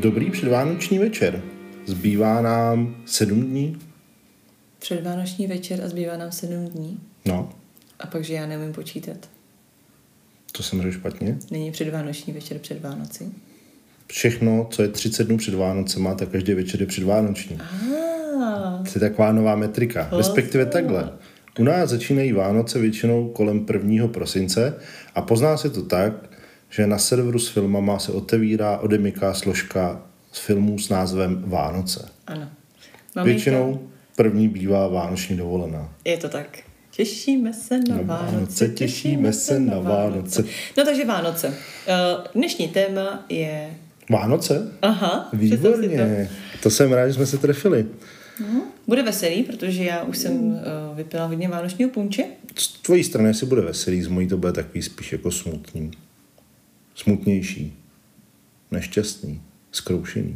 Dobrý předvánoční večer. Zbývá nám 7 dní. Předvánoční večer a zbývá nám 7 dní. No. A pak, že já neumím počítat. To jsem řekl špatně. Není předvánoční večer před Vánoci? Všechno, co je 30 dnů před Vánocema, tak každý večer je předvánoční. To je taková nová metrika. Respektive takhle. U nás začínají Vánoce většinou kolem 1. prosince a pozná se to tak, že na serveru s filmama se odemyká složka z filmů s názvem Vánoce. Ano. Většinou první bývá vánoční dovolená. Je to tak. Těšíme se na Vánoce, těšíme se na Vánoce. No takže Vánoce. Dnešní téma je... Vánoce? Aha. Výborně. To jsem rád, že jsme se trefili. Bude veselý, protože já už jsem vypila hodně vánočního punče. Z tvojí strany si bude veselý, z mojí to bude takový spíš jako smutný. Smutnější. Nešťastný. Zkroušený.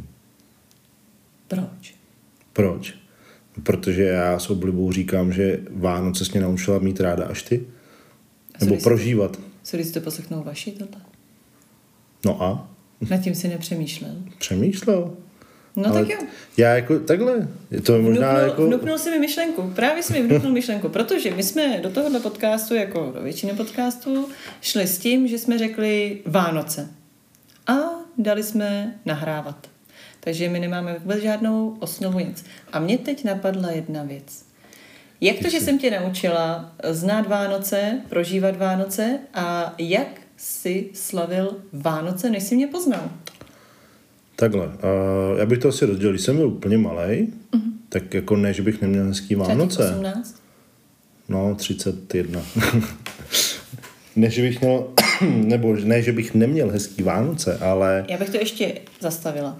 Proč? Protože já s oblibou říkám, že Vánoce jsi mě naučila mít ráda až ty. Nebo prožívat. Co když to poslechnou vaši tohle? No a? Nad tím si nepřemýšlel. Přemýšlel. No ale tak jo. Já jako takhle. Je to možná vnuknul si mi myšlenku. Právě si mi vnuknul myšlenku. Protože my jsme do tohohle podcastu, jako do většiny podcastů, šli s tím, že jsme řekli Vánoce. A dali jsme nahrávat. Takže my nemáme vůbec žádnou osnovu nic. A mě teď napadla jedna věc. Jak to, že jsem tě naučila znát Vánoce, prožívat Vánoce a jak jsi slavil Vánoce, než jsi mě poznal? Takhle. Já bych to asi rozdělil. Když jsem byl úplně malej, tak jako ne, že bych neměl hezký Vánoce. 18? No, 31. Ne, že bych neměl hezký Vánoce, ale... Já bych to ještě zastavila.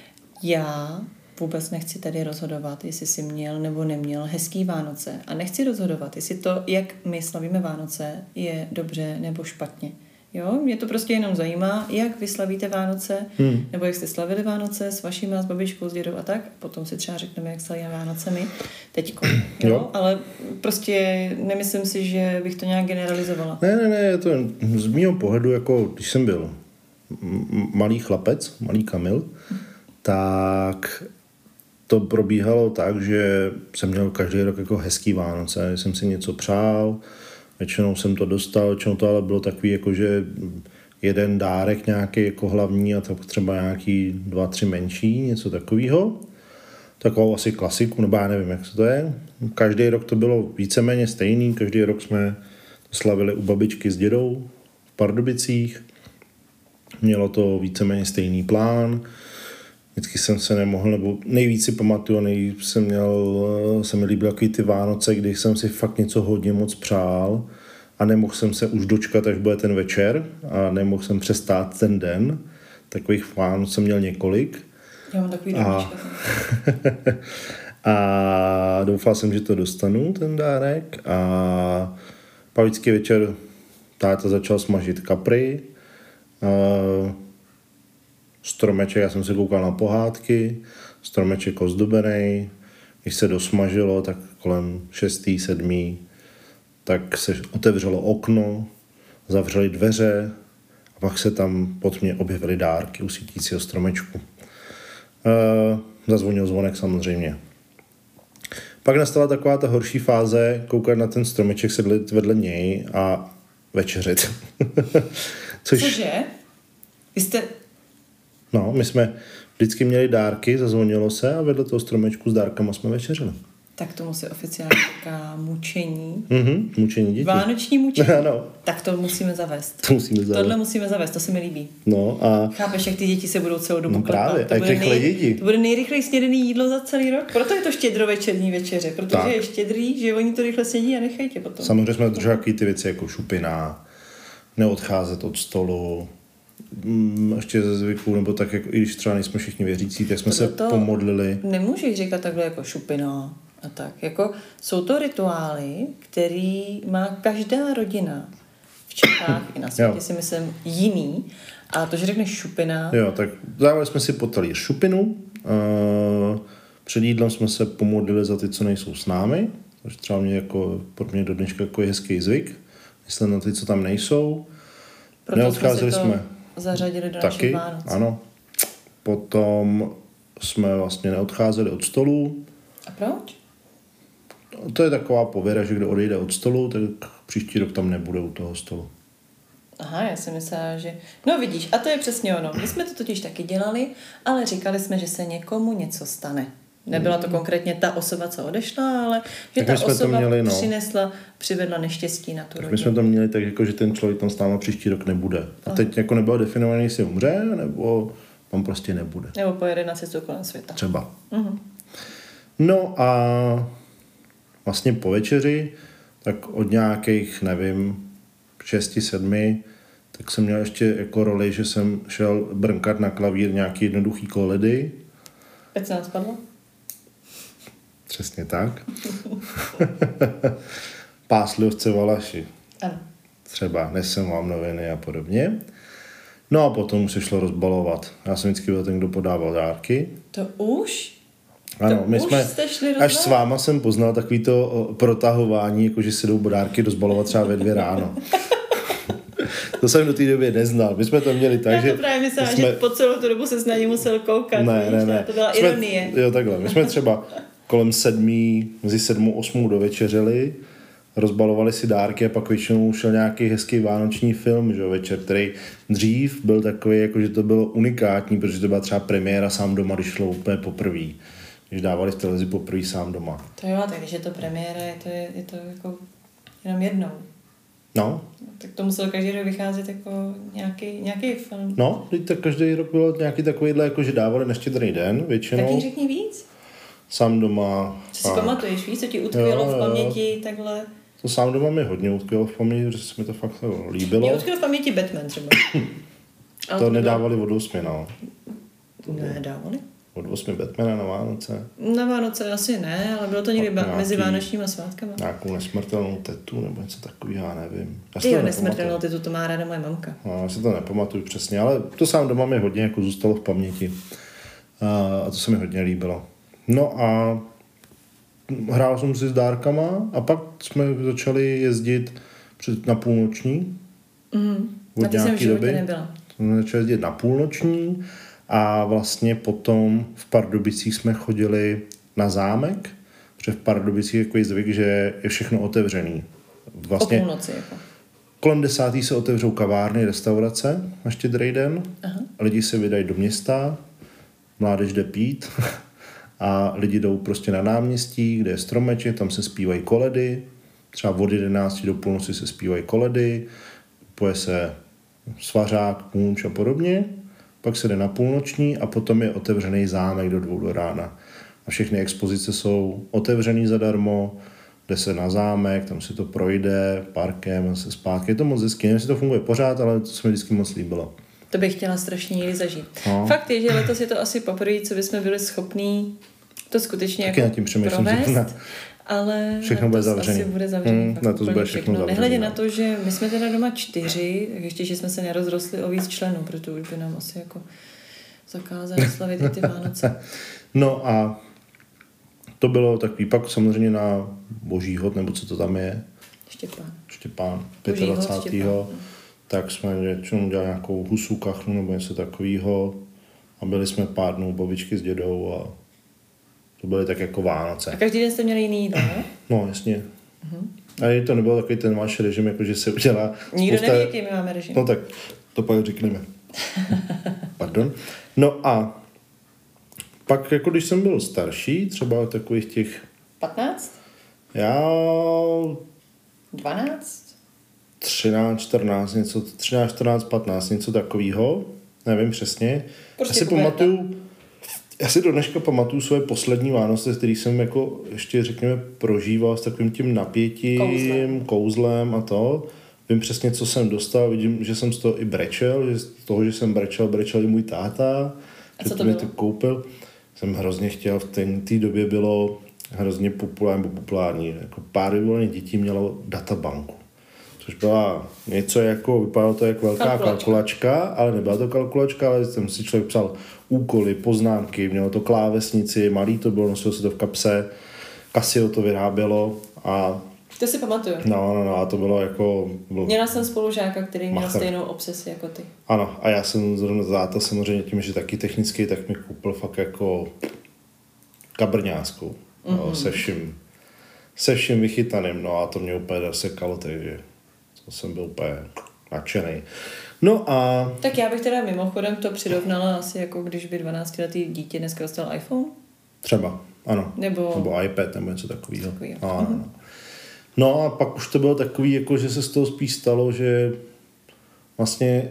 Já vůbec nechci tady rozhodovat, jestli jsi měl nebo neměl hezký Vánoce. A nechci rozhodovat, jestli to, jak my slavíme Vánoce, je dobře nebo špatně. Jo, mě to prostě jenom zajímá, jak vy slavíte Vánoce, nebo jak jste slavili Vánoce s vašima, s babičkou, s dědou a tak. Potom si třeba řekneme, jak slavíme Vánoce my teďko. Jo? Ale prostě nemyslím si, že bych to nějak generalizovala. Ne, to z mýho pohledu, jako když jsem byl malý chlapec, malý Kamil, tak to probíhalo tak, že jsem měl každý rok jako hezký Vánoce, jsem si něco přál, většinou jsem to dostal, většinou to ale bylo takový, jako že jeden dárek nějaký jako hlavní a tak třeba nějaký 2-3 menší, něco takového. Takovou asi klasiku, nebo já nevím, jak to je. Každý rok to bylo víceméně stejný, každý rok jsme to slavili u babičky s dědou v Pardubicích. Mělo to víceméně stejný plán. Vždycky jsem se nemohl, nebo nejvíc si pamatuju, se mi líbily takový ty Vánoce, kdy jsem si fakt něco hodně moc přál a nemohl jsem se už dočkat, až bude ten večer a nemohl jsem přestát ten den. Takových Vánoc jsem měl několik. Já mám takový domíčka. A doufal jsem, že to dostanu, ten dárek. A pak vždycky večer táta začal smažit kapry. Stromeček, já jsem se koukal na pohádky, stromeček ozdobený, když se dosmažilo, tak kolem 6. 7. tak se otevřelo okno, zavřely dveře a pak se tam pod mě objevily dárky u svítícího stromečku. Zazvonil zvonek samozřejmě. Pak nastala taková ta horší fáze, koukat na ten stromeček, sedlit vedle něj a večeřit. Cože? Vy jste... No, my jsme vždycky měli dárky, zazvonilo se a vedle toho stromečku s dárkama jsme večeřili. Tak tomu se oficiálně říká mučení. Mučení dětí. Vánoční mučení. Ano. Tak to musíme zavést. Tohle musíme zavést, to se mi líbí. No a... Chápeš, jak ty děti se budou celou dobu právě, to bude nejrychleji snědený jídlo za celý rok. Proto je to štědrovečerní večeře, protože tak. Je štědrý, že oni to rychle snědí a nechají tě potom. Samozřejmě jsme drželi ty věci jako šupina, neodcházet od stolu, ještě ze zvyku, nebo tak, jako, i když třeba nejsme všichni věřící, tak jsme se pomodlili. Nemůžeš říkat takhle jako šupina a tak. Jako, jsou to rituály, který má každá rodina v Čechách i na světě, si myslím, jiný. A to, že řekneš šupina... Jo, tak dávali jsme si po talíř šupinu. Před jídlem jsme se pomodlili za ty, co nejsou s námi. Takže třeba pro mě do dneška jako je hezký zvyk. Myslím na ty, co tam nejsou. Proto neodcházeli jsme zařadili do našich Vánoc. Ano. potom jsme vlastně neodcházeli od stolu. A proč? To je taková pověra, že kdo odejde od stolu, tak příští rok tam nebude u toho stolu. Aha, já si myslela, že... No vidíš, a to je přesně ono. My jsme to totiž taky dělali, ale říkali jsme, že se někomu něco stane. Nebyla to konkrétně ta osoba, co odešla, ale že tak ta osoba měli, no. přivedla neštěstí na tu rodinu. My jsme to měli tak, jako, že ten člověk tam s náma příští rok nebude. A teď jako nebylo definované, jestli umře, nebo tam prostě nebude. Nebo pojede na cestu kolem světa. Třeba. No a vlastně po večeři, tak od nějakých, nevím, 6-7, tak jsem měl ještě jako roli, že jsem šel brnkat na klavír nějaký jednoduchý koledy. Teď se nás padlo? Přesně tak. Pásli ovce Valaši. Ano. Třeba nesem vám noviny a podobně. No a potom se šlo rozbalovat. Já jsem vždycky byl ten, kdo podával dárky. To už? Ano, to my už jsme, jste šli až s váma jsem poznal takový to protahování, jako že se jdou dárky rozbalovat třeba ve 2 ráno. To jsem do té doby neznal. My jsme to měli tak, že... Já to právě myslela, že po celou tu dobu se na ně musel koukat. Ne. To byla ironie. Jo, takhle. My jsme třeba kolem 7, mezi 7 a 8 dovečeřili, rozbalovali si dárky a pak většinou šel nějaký hezký vánoční film, že večer, který dřív byl takový, jako že to bylo unikátní, protože to byla třeba premiéra Sám doma, když šlo úplně poprvé. Když dávali v televizi poprvé Sám doma. To jo, tak když je to premiéra, je to jako jenom jednou. No. Tak to musel každý rok vycházet jako nějaký film. No, tak každý rok bylo nějaký takovýhle, jako že dávali na Štědrý den většinou. Taky řekni víc. Sám doma. Co si pamatuješ, víc, co ti utkvělo v paměti, takhle? To Sám doma mi hodně utkvělo v paměti, protože se mi to fakt líbilo. Mě utkvělo v paměti Batman třeba. To nedávali od 8, no. Ne, dávali? Od 8 Batmana na Vánoce. Na Vánoce asi ne, ale bylo to někdy mezi vánočníma svátkama. Nějakou nesmrtelnou tetu nebo něco takového, já nevím. Jo, nesmrtelnou tetu, to má ráda moje mamka. No, já si to nepamatuju přesně, ale to Sám doma mi hodně jako zůstalo v paměti. A to se mi hodně líbilo. No a hrál jsem si s dárkama a pak jsme začali jezdit na půlnoční. Na ty jsem v životě nebyla. Jsme začali jezdit na půlnoční a vlastně potom v Pardubicích jsme chodili na zámek, protože v Pardubicích je takový zvyk, že je všechno otevřený. Vlastně o půlnoci jako. Kolem 10. se otevřou kavárny, restaurace na Štědrý den. Aha. Lidi se vydají do města, mládež jde pít a lidi jdou prostě na náměstí, kde je stromeček, tam se zpívají koledy, třeba od 11 do půlnoci se zpívají koledy, poje se svařák, punč a podobně, pak se jde na půlnoční a potom je otevřený zámek do 2 do rána. A všechny expozice jsou otevřený zadarmo, jde se na zámek, tam si to projde parkem a se zpátky. Je to moc hezky, nevím, jestli to funguje pořád, ale to se mi vždycky moc líbilo. To bych chtěla strašně někdy zažít. No. Fakt je, že letos je to asi poprvé, co bychom byli schopní to skutečně taky jako provést, ale všechno bude zavřený. Asi bude zavřený. Letos bude všechno zavřený. Nehledě na to, že my jsme teda doma 4, tak ještě, že jsme se nerozrostli o víc členů, protože už by nám asi jako zakázali slavit ty Vánoce. No a to bylo takový, pak samozřejmě na Božíhod, nebo co to tam je? Štěpán, 25. Tak jsme většinou dělali nějakou husu, kachnu nebo něco takového a byli jsme pár dnů babičky s dědou a to byly tak jako Vánoce. A každý den jste měli jiný jídlo, ne? No, jasně. A to nebyl takový ten váš režim, jako že se udělá... Nikdo neví, jaký my máme režim. No tak, to pak řekneme. Pardon. No a pak, jako když jsem byl starší, třeba takových těch... 15? Já... 12? 13, 14, něco, 13, 14, 15, něco takového, nevím přesně. Prostě Já si do dneška pamatuju svoje poslední Vánoce, který jsem jako ještě, řekněme, prožíval s takovým tím napětím, kouzlem a to. Vím přesně, co jsem dostal, vidím, že jsem z toho i brečel, že z toho, že jsem brečel i můj táta. A co to bylo? To koupil. Jsem hrozně chtěl, v té době bylo hrozně populární. Jako pár vyvolených dětí mělo databanku. Což byla něco jako, vypadalo to jako velká kalkulačka, ale nebyla to kalkulačka, ale tam si člověk psal úkoly, poznámky, mělo to klávesnici, malý to bylo, nosilo se to v kapse, Casio to vyrábělo a To si pamatuju. No, a to bylo jako... Měla jsem spolužáka, který měl Macher. stejnou obsesi jako ty. Ano, a já jsem zrovna záta samozřejmě tím, že taky technický, tak mi koupil fakt jako kabrňáskou. No, se vším vychytaným, no a to mě úplně zasekalo, takže to jsem byl úplně nadšenej. No a... Tak já bych teda mimochodem to přirovnala asi jako když by 12letý dítě dneska dostal iPhone. Třeba, ano. Nebo iPad, nebo něco takového. No a pak už to bylo takový, jako že se z toho spíš stalo, že vlastně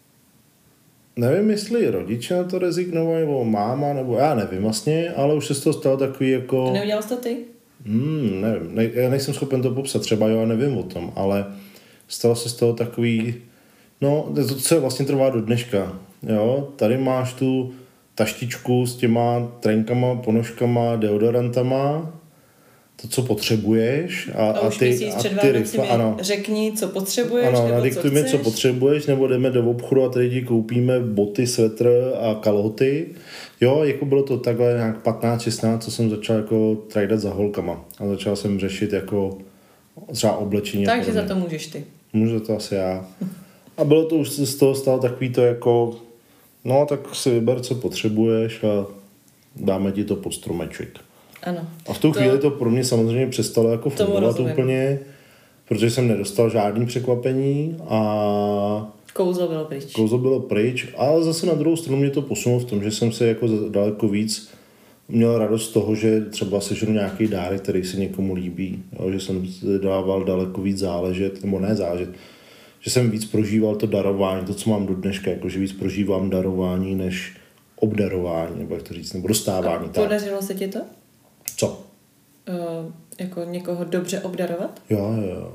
nevím, jestli rodiče na to rezignovali, nebo máma, nebo já nevím vlastně, ale už se z toho stalo takový jako... A neudělal jsi to ty? Nevím, já nejsem schopen to popsat, třeba jo, já nevím o tom, ale stalo se z toho takový, no, to co vlastně trvá do dneška, jo, tady máš tu taštičku s těma trenkama, ponožkama, deodorantama, to, co potřebuješ a už měsíc před Vánocemi řekni, co potřebuješ, ano, nebo nadiktuj mi, co potřebuješ, nebo jdeme do obchodu a tady ti koupíme boty, svetr a kalhoty. Jo, jako bylo to takhle nějak 15-16, co jsem začal jako trajdat za holkama. A začal jsem řešit jako třeba oblečení. Takže za to můžeš ty. Můžu to asi já. A bylo to už z toho stalo takový to jako, no tak si vyber, co potřebuješ a dáme ti to pod stromeček. Ano. A v tu chvíli to pro mě samozřejmě přestalo jako fungovat úplně, protože jsem nedostal žádný překvapení a kouzlo bylo pryč. Ale zase na druhou stranu mě to posunulo v tom, že jsem se jako daleko víc měl radost z toho, že třeba seženu nějaký dárek, který se někomu líbí. Jo, že jsem dával daleko víc záležet, nebo ne záležet, že jsem víc prožíval to darování, to, co mám do dneška, jako že víc prožívám darování, než obdarování, nebo jak to říct, nebo dostávání. A podařilo se ti to? Co? Jako někoho dobře obdarovat? Jo.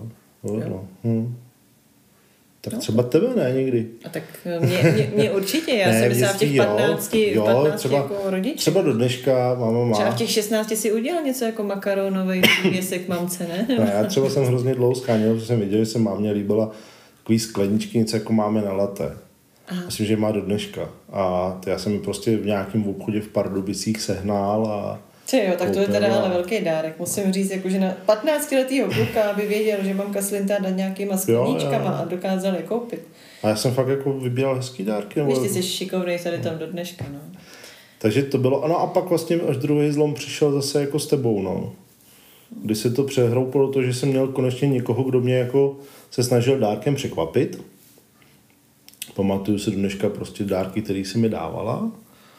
Tak no. Třeba tebe ne někdy. A tak mě určitě, já jsem myslela v těch 15 třeba, jako rodiče. Třeba do dneška máma má. Třeba v těch 16 si udělal něco jako makaronový přívěsek mamce, ne? Ne, já třeba jsem hrozně dlouho skáněl, protože jsem viděl, že se mámě líbila takový skleničky, něco jako máme na latte. Aha. Myslím, že má do dneška. A to já jsem ji prostě v nějakém obchodě v Pardubicích sehnal a jo, tak to je teda ale velký dárek. Musím říct, jako, že na 15letýho kluka, aby věděl, že mamka slintá nad nějakýma skleníčkama a dokázal je koupit. A já jsem fakt jako vybíral hezký dárky. Víš, ty jsi šikovnej tady tam do dneška, no. Takže to bylo, ano a pak vlastně až druhý zlom přišel zase jako s tebou, no. Kdy se to přehroupilo to, že jsem měl konečně někoho, kdo mě jako se snažil dárkem překvapit. Pamatuju si do dneška prostě dárky, které si mi dávala.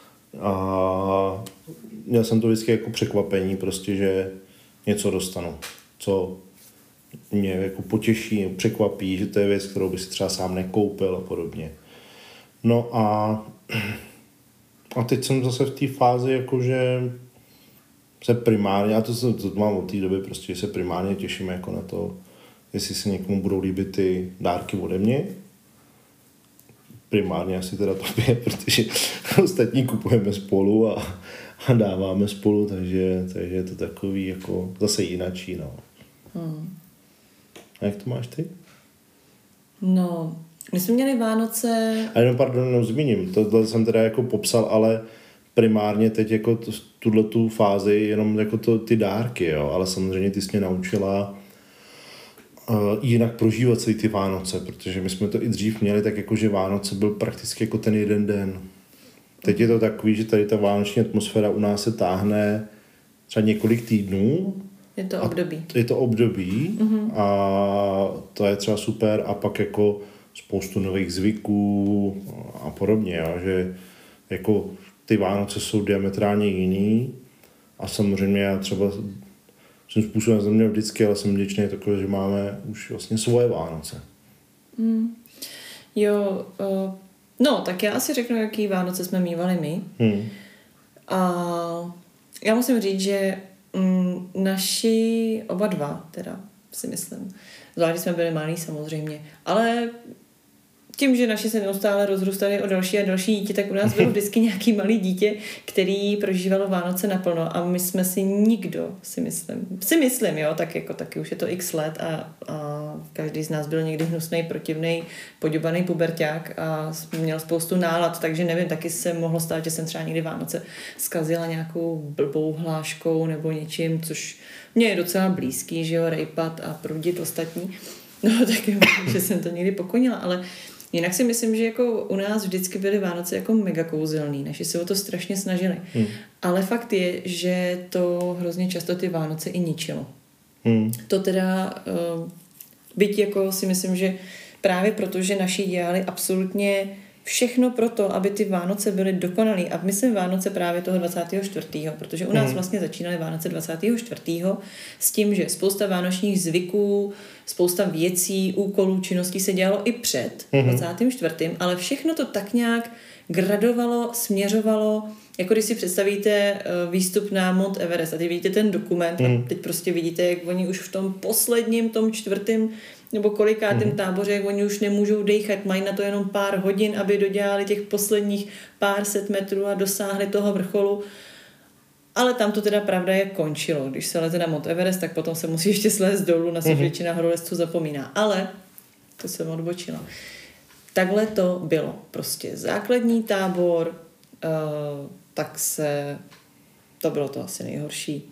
A měl jsem to vždycky jako překvapení prostě, že něco dostanu, co mě jako potěší, překvapí, že to je věc, kterou by si třeba sám nekoupil a podobně. No a teď jsem zase v té fázi, jakože se primárně, a to mám od té doby prostě, že se primárně těším jako na to, jestli se někomu budou líbit ty dárky ode mě. Primárně asi teda tobě, protože ostatní kupujeme spolu a dáváme spolu, takže je to takový jako zase jinačí, no. A jak to máš ty? No, my jsme měli Vánoce... A jenom, pardon, zmíním, tohle jsem teda jako popsal, ale primárně teď jako tuhletu fázi jenom jako ty dárky, jo, ale samozřejmě ty jsi mě naučila jinak prožívat celý ty Vánoce, protože my jsme to i dřív měli, tak jako, že Vánoce byl prakticky jako ten jeden den. Teď je to takový, že tady ta vánoční atmosféra u nás se táhne třeba několik týdnů. Je to období. Je to období a to je třeba super a pak jako spoustu nových zvyků a podobně, jo, že jako ty Vánoce jsou diametrálně jiný a samozřejmě já třeba svým způsobem jsem měl vždycky, ale jsem vděčný takové, že máme už vlastně svoje Vánoce. Jo, no, tak já asi řeknu, jaký Vánoce jsme mívali my. A já musím říct, že naši oba dva, teda si myslím, zvlášť jsme byli malí samozřejmě, ale tím, že naši se neustále rozrůstali o další a další dítě, tak u nás bylo vždycky nějaký malý dítě, který prožívalo Vánoce naplno a my jsme si nikdo, si myslím, jo, tak jako taky už je to x let a každý z nás byl někdy hnusnej, protivnej, poděbaný puberťák a měl spoustu nálad, takže nevím, taky se mohlo stát, že jsem třeba někdy Vánoce zkazila nějakou blbou hláškou nebo něčím, což mě je docela blízký, že jo, rejpat a prudit ostatní. No tak jo, že jsem to někdy pokonila, ale jinak si myslím, že jako u nás vždycky byly Vánoce jako mega kouzelný, naši se o to strašně snažili. Ale fakt je, že to hrozně často ty Vánoce i ničilo. To teda, byť jako si myslím, že právě proto, že naši dělali absolutně všechno pro to, aby ty Vánoce byly dokonalý. A myslím Vánoce právě toho 24. Protože u nás vlastně začínaly Vánoce 24. s tím, že spousta vánočních zvyků, spousta věcí, úkolů, činností se dělalo i před 24. Ale všechno to tak nějak gradovalo, směřovalo, jako když si představíte výstup na Mount Everest a teď vidíte ten dokument a teď prostě vidíte, jak oni už v tom posledním, tom 4. nebo kolikátém táboře, jak oni už nemůžou dejchat, mají na to jenom pár hodin, aby dodělali těch posledních pár set metrů a dosáhli toho vrcholu. Ale tam to teda pravda je končilo. Když se leze na Mount Everest, tak potom se musí ještě slézt dolů, na což většina horolezců zapomíná. Ale to jsem odbočila. Takhle to bylo. Prostě základní tábor, to bylo to asi nejhorší.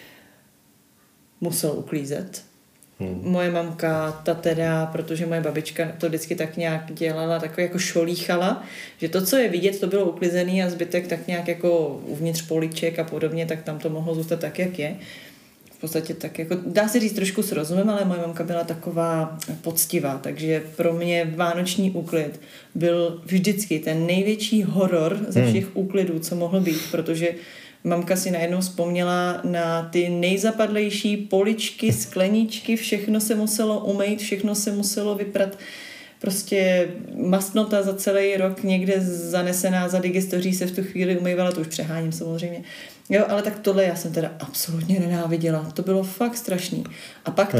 Musel uklízet. Moje mamka, ta teda, protože moje babička to vždycky tak nějak dělala, takový jako šolíchala, že to, co je vidět, to bylo uklizený a zbytek tak nějak jako uvnitř poliček a podobně, tak tam to mohlo zůstat tak, jak je. V podstatě tak jako, dá se říct trošku s rozumem, ale moje mamka byla taková poctivá, takže pro mě vánoční úklid byl vždycky ten největší horor ze všech úklidů, co mohlo být, protože mamka si najednou vzpomněla na ty nejzapadlejší poličky, skleničky, všechno se muselo umýt, všechno se muselo vyprat. Prostě mastnota za celý rok někde zanesená za digestoří se v tu chvíli umývala, to už přeháním samozřejmě. Jo, ale tak tohle já jsem teda absolutně nenáviděla. To bylo fakt strašný. A pak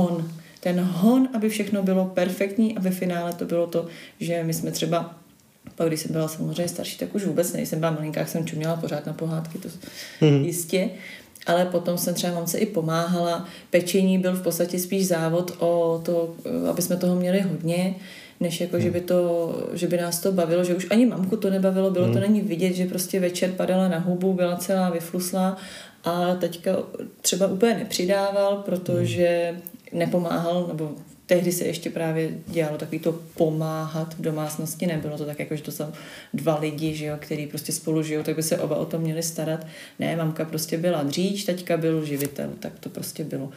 ten hon, aby všechno bylo perfektní a ve finále to bylo to, že my jsme třeba pak když jsem byla samozřejmě starší, tak už vůbec nejsem byla malinká, jsem čuměla pořád na pohádky, to jistě. Ale potom jsem třeba mamce i pomáhala. Pečení byl v podstatě spíš závod o to, aby jsme toho měli hodně, než jako, že by nás to bavilo, že už ani mamku to nebavilo, bylo to není vidět, že prostě večer padala na hubu, byla celá vyfluslá a teďka třeba úplně nepřidával, protože nepomáhal, nebo tehdy se ještě právě dělalo takový to pomáhat v domácnosti, nebylo to tak jako, že to jsou dva lidi, že jo, který prostě spolu žijou, tak by se oba o to měli starat. Ne, mamka prostě byla dříč, taťka byl živitel, tak to prostě bylo.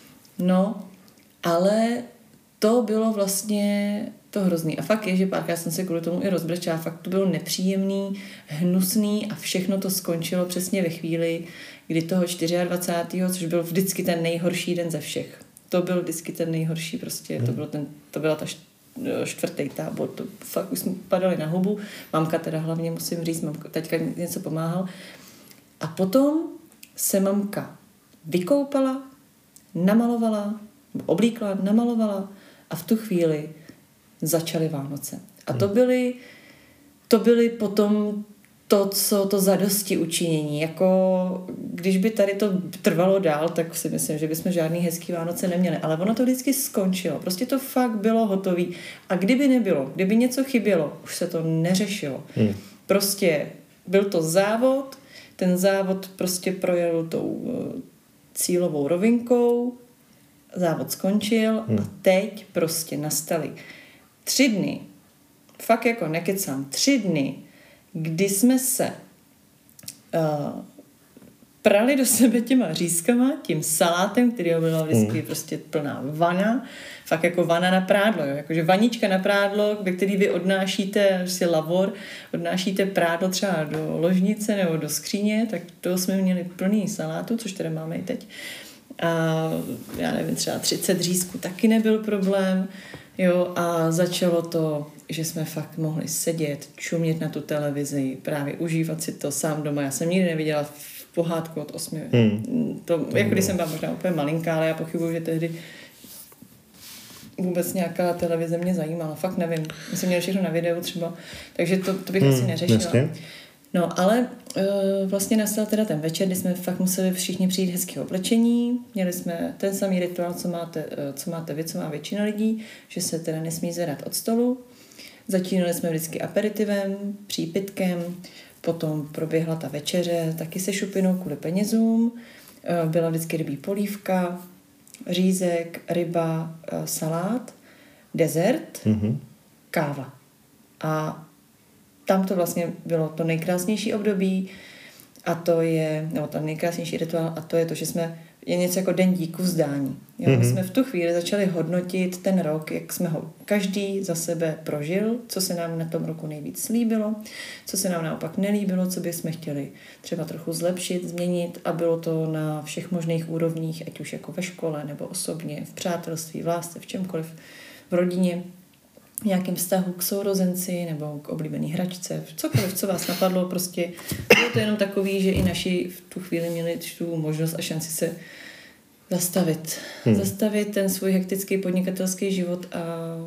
No, ale to bylo vlastně to hrozný. A fakt je, že párkrát jsem se kvůli tomu i rozbrečela. Fakt to bylo nepříjemný, hnusný a všechno to skončilo přesně ve chvíli, kdy toho 24., což byl vždycky ten nejhorší den ze všech. To byl vždycky ten nejhorší, prostě to byla ta 4. tábor, to fakt už jsme padali na hubu, mamka teda hlavně musím říct, teďka něco pomáhal. A potom se mamka vykoupala, namalovala, oblíkla, namalovala a v tu chvíli začaly Vánoce. A to byly potom to zadosti učinění. Jako, když by tady to trvalo dál, tak si myslím, že bychom žádný hezký Vánoce neměli. Ale ono to vždycky skončilo. Prostě to fakt bylo hotový. A kdyby nebylo, kdyby něco chybělo, už se to neřešilo. Prostě byl to závod, ten závod prostě projel tou cílovou rovinkou, závod skončil a teď prostě nastaly 3 dny, fakt jako nekecám, 3 dny, kdy jsme se prali do sebe těma řízkama, tím salátem, který byla vždycky prostě plná vana, fakt jako vana na prádlo, jo? Jakože vanička na prádlo, ve který vy odnášíte, si lavor, odnášíte prádlo třeba do ložnice nebo do skříně, tak to jsme měli plný salátu, což teda máme i teď. A já nevím, třeba 30 řízků taky nebyl problém, jo, a začalo to, že jsme fakt mohli sedět, čumět na tu televizi, právě užívat si to sám doma. Já jsem nikdy neviděla pohádku od 8. To, jako když jsem byla možná úplně malinká, ale já pochybuju, že tehdy vůbec nějaká televize mě zajímala. Fakt nevím. My jsme měli všechno na videu třeba, takže to bych asi neřešila. No, ale vlastně nastal teda ten večer, kdy jsme fakt museli všichni přijít hezkého oblečení. Měli jsme ten samý rituál, co máte vy, co má většina lidí, že se teda nesmí zvedat od stolu. Začínali jsme vždycky aperitivem, přípitkem, potom proběhla ta večeře taky se šupinou kvůli penězům. Byla vždycky rybí polívka, řízek, ryba, salát, dezert, káva. A tam to vlastně bylo to nejkrásnější období a to je, nebo ten nejkrásnější rituál a to je to, že je něco jako den díku vzdání. Jo? My jsme v tu chvíli začali hodnotit ten rok, jak jsme ho každý za sebe prožil, co se nám na tom roku nejvíc líbilo, co se nám naopak nelíbilo, co bychom chtěli třeba trochu zlepšit, změnit a bylo to na všech možných úrovních, ať už jako ve škole nebo osobně, v přátelství, v lásce, v čemkoliv, v rodině, v nějakém vztahu k sourozenci nebo k oblíbené hračce, cokoliv, co vás napadlo, prostě bylo to jenom takový, že i naši v tu chvíli měli tu možnost a šanci se zastavit ten svůj hektický podnikatelský život a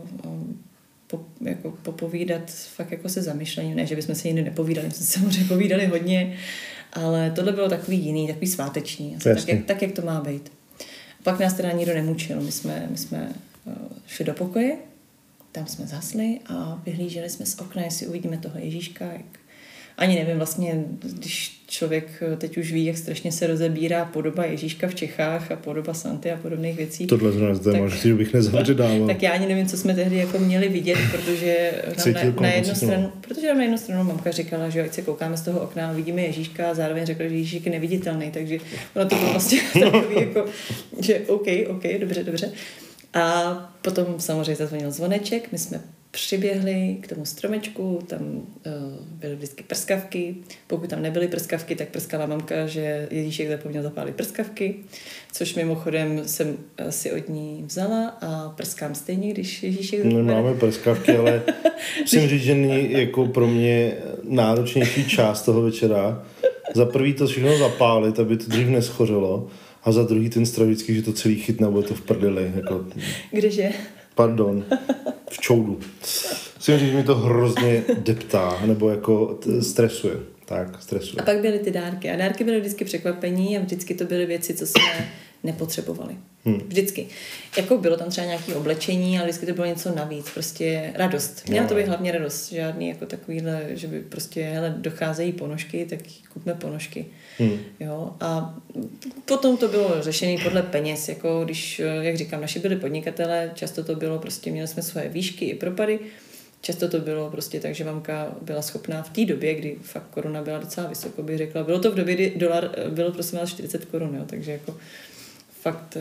jako popovídat fakt jako se zamyšlením. Ne, že bychom se nikdy nepovídali, my jsme se samozřejmě povídali hodně, ale tohle bylo takový jiný, takový sváteční, tak, jak to má být. Pak nás teda nikdo nemučil, my jsme šli do pokoje, tam jsme zasli a vyhlíželi jsme z okna, jestli uvidíme toho Ježíška. Ani nevím vlastně, když člověk teď už ví, jak strašně se rozebírá podoba Ježíška v Čechách a podoba Santy a podobných věcí. Tohle zrovna téma, že bych nezavředával. Tak já ani nevím, co jsme tehdy jako měli vidět, protože nám na jednu stranu mamka říkala, že ať se koukáme z toho okna a vidíme Ježíška a zároveň řekla, že Ježíšek je neviditelný, takže ono to bylo vlastně takový jako, že OK, dobře. A potom samozřejmě zazvonil zvoneček, my jsme přiběhli k tomu stromečku, tam byly vždycky prskavky. Pokud tam nebyly prskavky, tak prskala mamka, že Ježíšek zapomněl zapálit prskavky, což mimochodem jsem si od ní vzala a prskám stejně, když Ježíšek zapomněl. Máme prskavky, ale musím říct, že není jako pro mě náročnější část toho večera. Za prvý to všechno zapálit, aby to dřív neschořelo. A za druhý ten stroj vždycky, že to celý chytne, bude to v prdeli. Jako... Kdeže? Pardon. V čoudu. Musím říct, že mi to hrozně deptá, nebo jako stresuje. Tak, stresuje. A pak byly ty dárky. A dárky byly vždycky překvapení a vždycky to byly věci, co jsme nepotřebovali. Vždycky. Jako bylo tam třeba nějaké oblečení, ale vždycky to bylo něco navíc. Prostě radost. Měla to být hlavně radost. Žádný jako takovýhle, že by prostě, hele, docházejí ponožky, tak kupme ponožky. Jo? A potom to bylo řešené podle peněz. Jako když, jak říkám, naši byli podnikatelé, často to bylo prostě, měli jsme svoje výšky i propady. Často to bylo prostě tak, že mamka byla schopná v té době, kdy fakt koruna byla docela vysoko, bych řekla. Bylo to v době, kdy dolar byl prosím vás 40 korun, jo? Takže jako fakt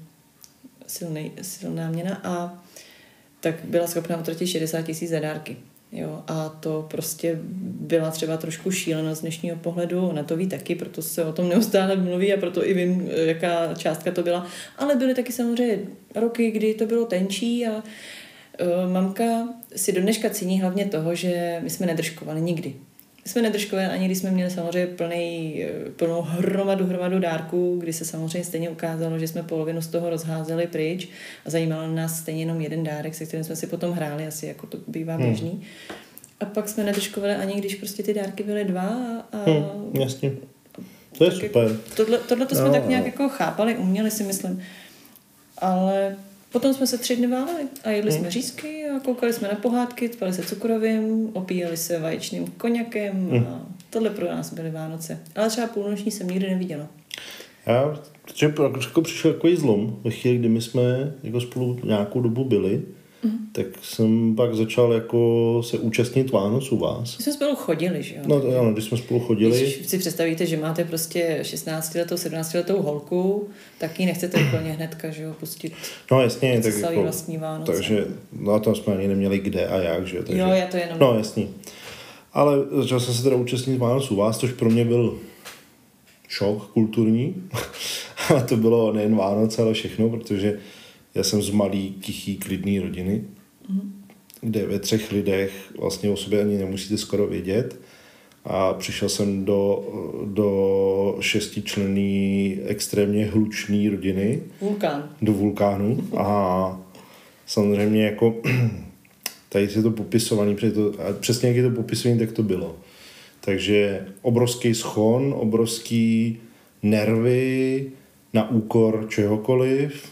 silná měna a tak byla schopná utratit 60 000 za dárky. Jo? A to prostě byla třeba trošku šílenost z dnešního pohledu, ona to ví taky, proto se o tom neustále mluví a proto i vím, jaká částka to byla. Ale byly taky samozřejmě roky, kdy to bylo tenčí a mamka si do dneška cení hlavně toho, že my jsme nedržkovali nikdy. My jsme nedržkovali ani když jsme měli samozřejmě plnou hromadu dárků, kdy se samozřejmě stejně ukázalo, že jsme polovinu z toho rozházeli pryč a zajímalo nás stejně jenom jeden dárek, se kterým jsme si potom hráli, asi jako to bývá běžný. A pak jsme nedržkovali ani když prostě ty dárky byly 2 jasně. To je super. Tohle to jsme tak nějak jako chápali, uměli si myslím. Ale potom jsme se 3 dny váleli a jedli jsme řízky a koukali jsme na pohádky, spali se cukrovým, opíjeli se vaječným koněkem a tohle pro nás byly Vánoce. Ale třeba půlnoční jsem nikdy neviděla. Já jako přišel takový zlom ve chvíli, kdy my jsme jako spolu nějakou dobu byli, tak jsem pak začal jako se účastnit Vánoc u vás. My jsme spolu chodili, že jo? No ano, když jsme spolu chodili. Když si představíte, že máte prostě 16letou, 17letou holku, tak ji nechcete úplně hnedka, že jo, pustit. No jasně, tak jako, vlastní Vánoce. Takže na tom jsme ani neměli kde a jak, že jo. Takže, jo, já to jenom. No jasný. Ale začal jsem se teda účastnit Vánoc u vás, což pro mě byl šok kulturní. Ale to bylo nejen Vánoce, ale všechno, protože já jsem z malý, tichý, klidný rodiny, kde ve 3 lidech vlastně o sobě ani nemusíte skoro vědět. A přišel jsem do 6členné extrémně hlučné rodiny. Do vulkánu. A samozřejmě jako tady je to popisovaný, přesně jak je to popisovaný, tak to bylo. Takže obrovský schon, obrovský nervy na úkor čehokoliv,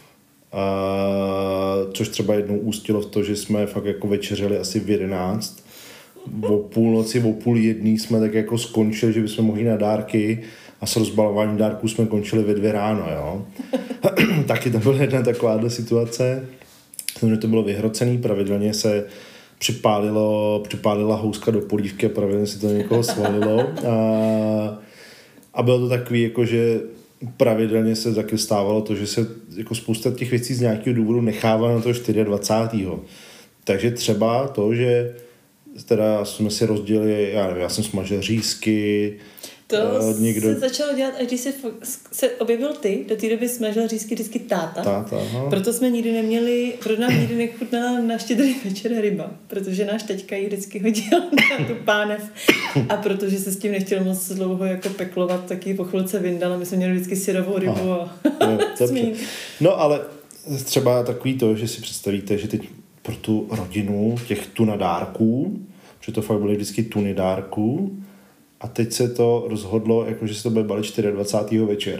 což třeba jednou ústilo v to, že jsme fakt jako večeřeli asi v 11. O půlnoci, o 12:30 jsme tak jako skončili, že bychom mohli na dárky a s rozbalováním dárků jsme končili ve 2 ráno, jo. Taky to byla jedna takováhle situace. Samozřejmě to bylo vyhrocený, pravidelně se připálila houska do polívky a pravidelně se to někoho svalilo. A bylo to takový, jako že pravidelně se taky stávalo to, že se jako spousta těch věcí z nějakého důvodu nechává na to 24. Takže třeba to, že teda jsme si rozdělili, já jsem smažil řízky, to se začalo dělat, až když se objevil ty, do té doby smažil řízky vždycky táta. Proto jsme nikdy neměli, proto nám nikdy nechutnala na Štědrý večer ryba, protože náš teďka ji vždycky hodil na tu pánev a protože se s tím nechtěl moc dlouho jako peklovat, taky po chvilce vyndal a my jsme měli vždycky syrovou rybu a No ale třeba takový to, že si představíte, že teď pro tu rodinu těch tuna dárků, že to fakt byly vždycky tuny dárků, a teď se to rozhodlo, jako, že se to bude balit 24. večer.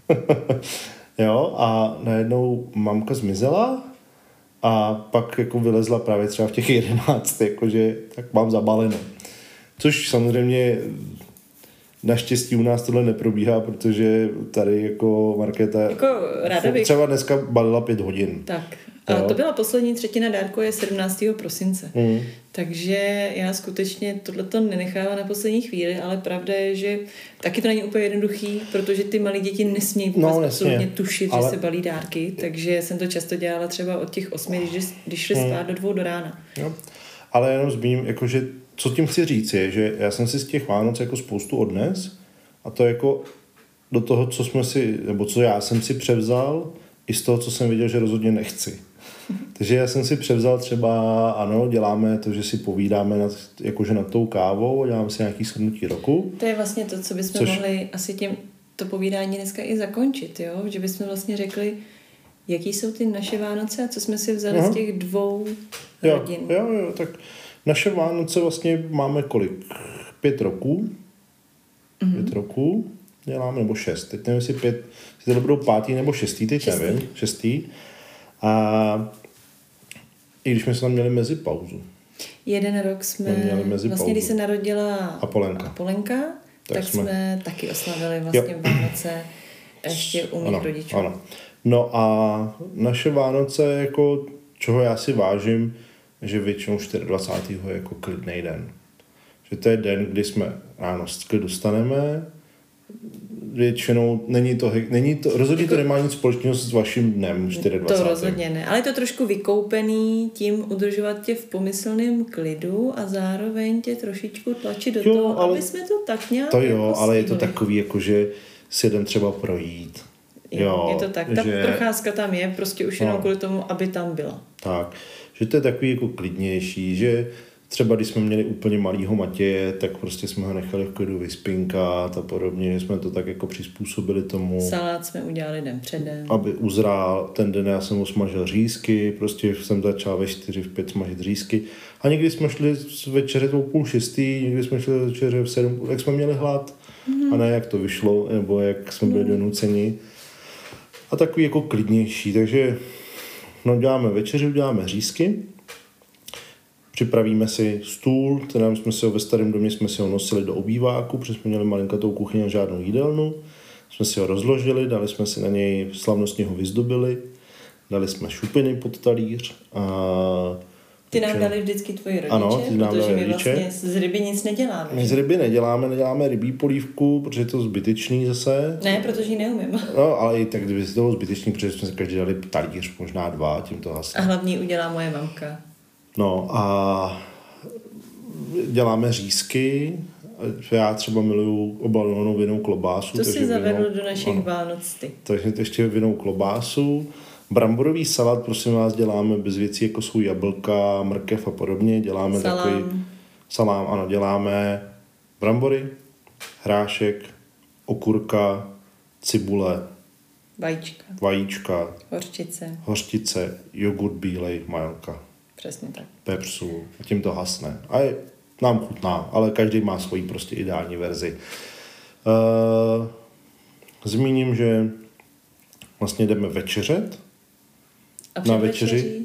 Jo, a najednou mamka zmizela a pak jako vylezla právě třeba v těch 11, jakože tak mám zabaleno. Což samozřejmě naštěstí u nás tohle neprobíhá, protože tady jako Markéta jako třeba dneska balila 5 hodin. Tak. A to byla poslední třetina dárku je 17. prosince. Takže já skutečně tohleto nenechávám na poslední chvíli, ale pravda je, že taky to není úplně jednoduchý, protože ty malí děti nesmějí vůbec absolutně tušit, že se balí dárky, takže jsem to často dělala třeba od těch 8, když šli spát do 2 do rána. Jo. Ale jenom zmíním, jakože, co tím chci říct je, že já jsem si z těch Vánoc jako spoustu odnes a to jako do toho, co jsme si, nebo co já jsem si převzal, i z toho, co jsem viděl, že rozhodně nechci. Takže já jsem si převzal třeba, ano, děláme to, že si povídáme jakože nad tou kávou, děláme si nějaký shrnutí roku. To je vlastně to, co bychom mohli asi tím to povídání dneska i zakončit, jo? Že bychom vlastně řekli, jaký jsou ty naše Vánoce a co jsme si vzali z těch 2 rodin. Jo, tak naše Vánoce vlastně máme kolik? 5 roků. 5 roků děláme, nebo 6. Teď nevím, jestli 5, jestli to budou 5. nebo 6. teď nevím. 6. A i když jsme se tam měli mezi pauzu. Jeden rok jsme vlastně, když se narodila Apolenka, tak jsme taky oslavili vlastně Vánoce ještě u mých rodičů. Ano. No a naše Vánoce, jako, čeho já si vážím, že většinou 24. je jako klidný den. Že to je den, kdy jsme ráno z klidu dostaneme, většinou není to rozhodně to nemá nic společného s vaším dnem 24. To rozhodně ne, ale je to trošku vykoupený tím udržovat tě v pomyslném klidu a zároveň tě trošičku tlačit do toho, aby jsme to tak nějak to jo, ale je to takový, jako že si jdem třeba projít. Jo, je to tak, ta procházka tam je prostě už jenom kvůli tomu, aby tam byla. Tak, že to je takový jako klidnější, že třeba když jsme měli úplně malýho Matěje, tak prostě jsme ho nechali v klidu vyspinkat a podobně, že jsme to tak jako přizpůsobili tomu. Salát jsme udělali den předem. Aby uzrál, ten den já jsem mu smažil řízky, prostě jsem začal ve 4, v 5 smažit řízky. A někdy jsme šli večeře o 5:30, někdy jsme šli večeře v 7, jak jsme měli hlad. A ne jak to vyšlo, nebo jak jsme byli donuceni. A takový jako klidnější, takže děláme večeři, děláme řízky. Připravíme si stůl, teda jsme si ho ve starém domě jsme si ho nosili do obýváku, protože jsme měli malinkatou kuchyni a žádnou jídelnu. Jsme si ho rozložili, dali jsme si na něj, slavnostně ho vyzdobili, dali jsme šupiny pod talíř. Ty nám dali vždycky tvoji rodiče, ano, protože my vlastně z ryby nic neděláme. My z ryby neděláme rybí polívku, protože je to zbytečný zase. Ne, protože ji neumím. No, ale i tak, kdyby si to bylo zbytečný, protože jsme si každý dali talíř, možná 2, tím to hasne. A hlavně udělá moje mamka. No a děláme řízky. Já třeba miluju obalenou vinnou klobásu. To si zavedl do našich Vánoc ty. Takže ještě vinnou klobásu. Bramborový salát, prosím vás, děláme bez věcí, jako jsou jablka, mrkev a podobně. Děláme takový salám, ano, děláme brambory, hrášek, okurka, cibule, vajíčka, hořčice, jogurt bílej, majolka. Přesně tak. Pepřu a tím to hasne. A je nám chutná, ale každý má svoji prostě ideální verzi. Zmíním, že vlastně jdeme večeřet. A před večeří?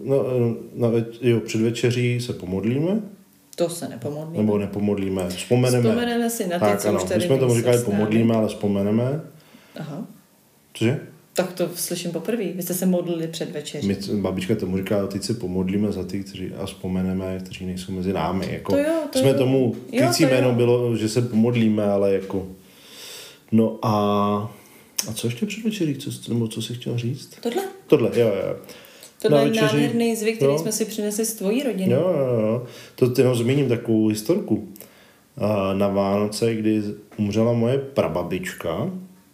Před večeří se pomodlíme. To se nepomodlíme. Nebo nepomodlíme. Vzpomeneme si na ty, co ano, už tady my jsme tomu říkali pomodlíme, pomodlíme, ale vzpomeneme. Aha. Cože? Tak to slyším poprvé. Vy jste se modlili před večeří. Babička tomu říká, teď se pomodlíme za ty, kteří a vzpomeneme, kteří nejsou mezi námi. Jako, to jsme jo. tomu, krycí jméno bylo, že se pomodlíme, ale jako... No a co ještě před večeří? Co jsi chtěl říct? Tohle, jo. Tohle je nádherný zvyk, který jsme si přinesli z tvojí rodiny. Jo. To jenom zmíním takovou historku. Na Vánoce, kdy umřela moje prababička,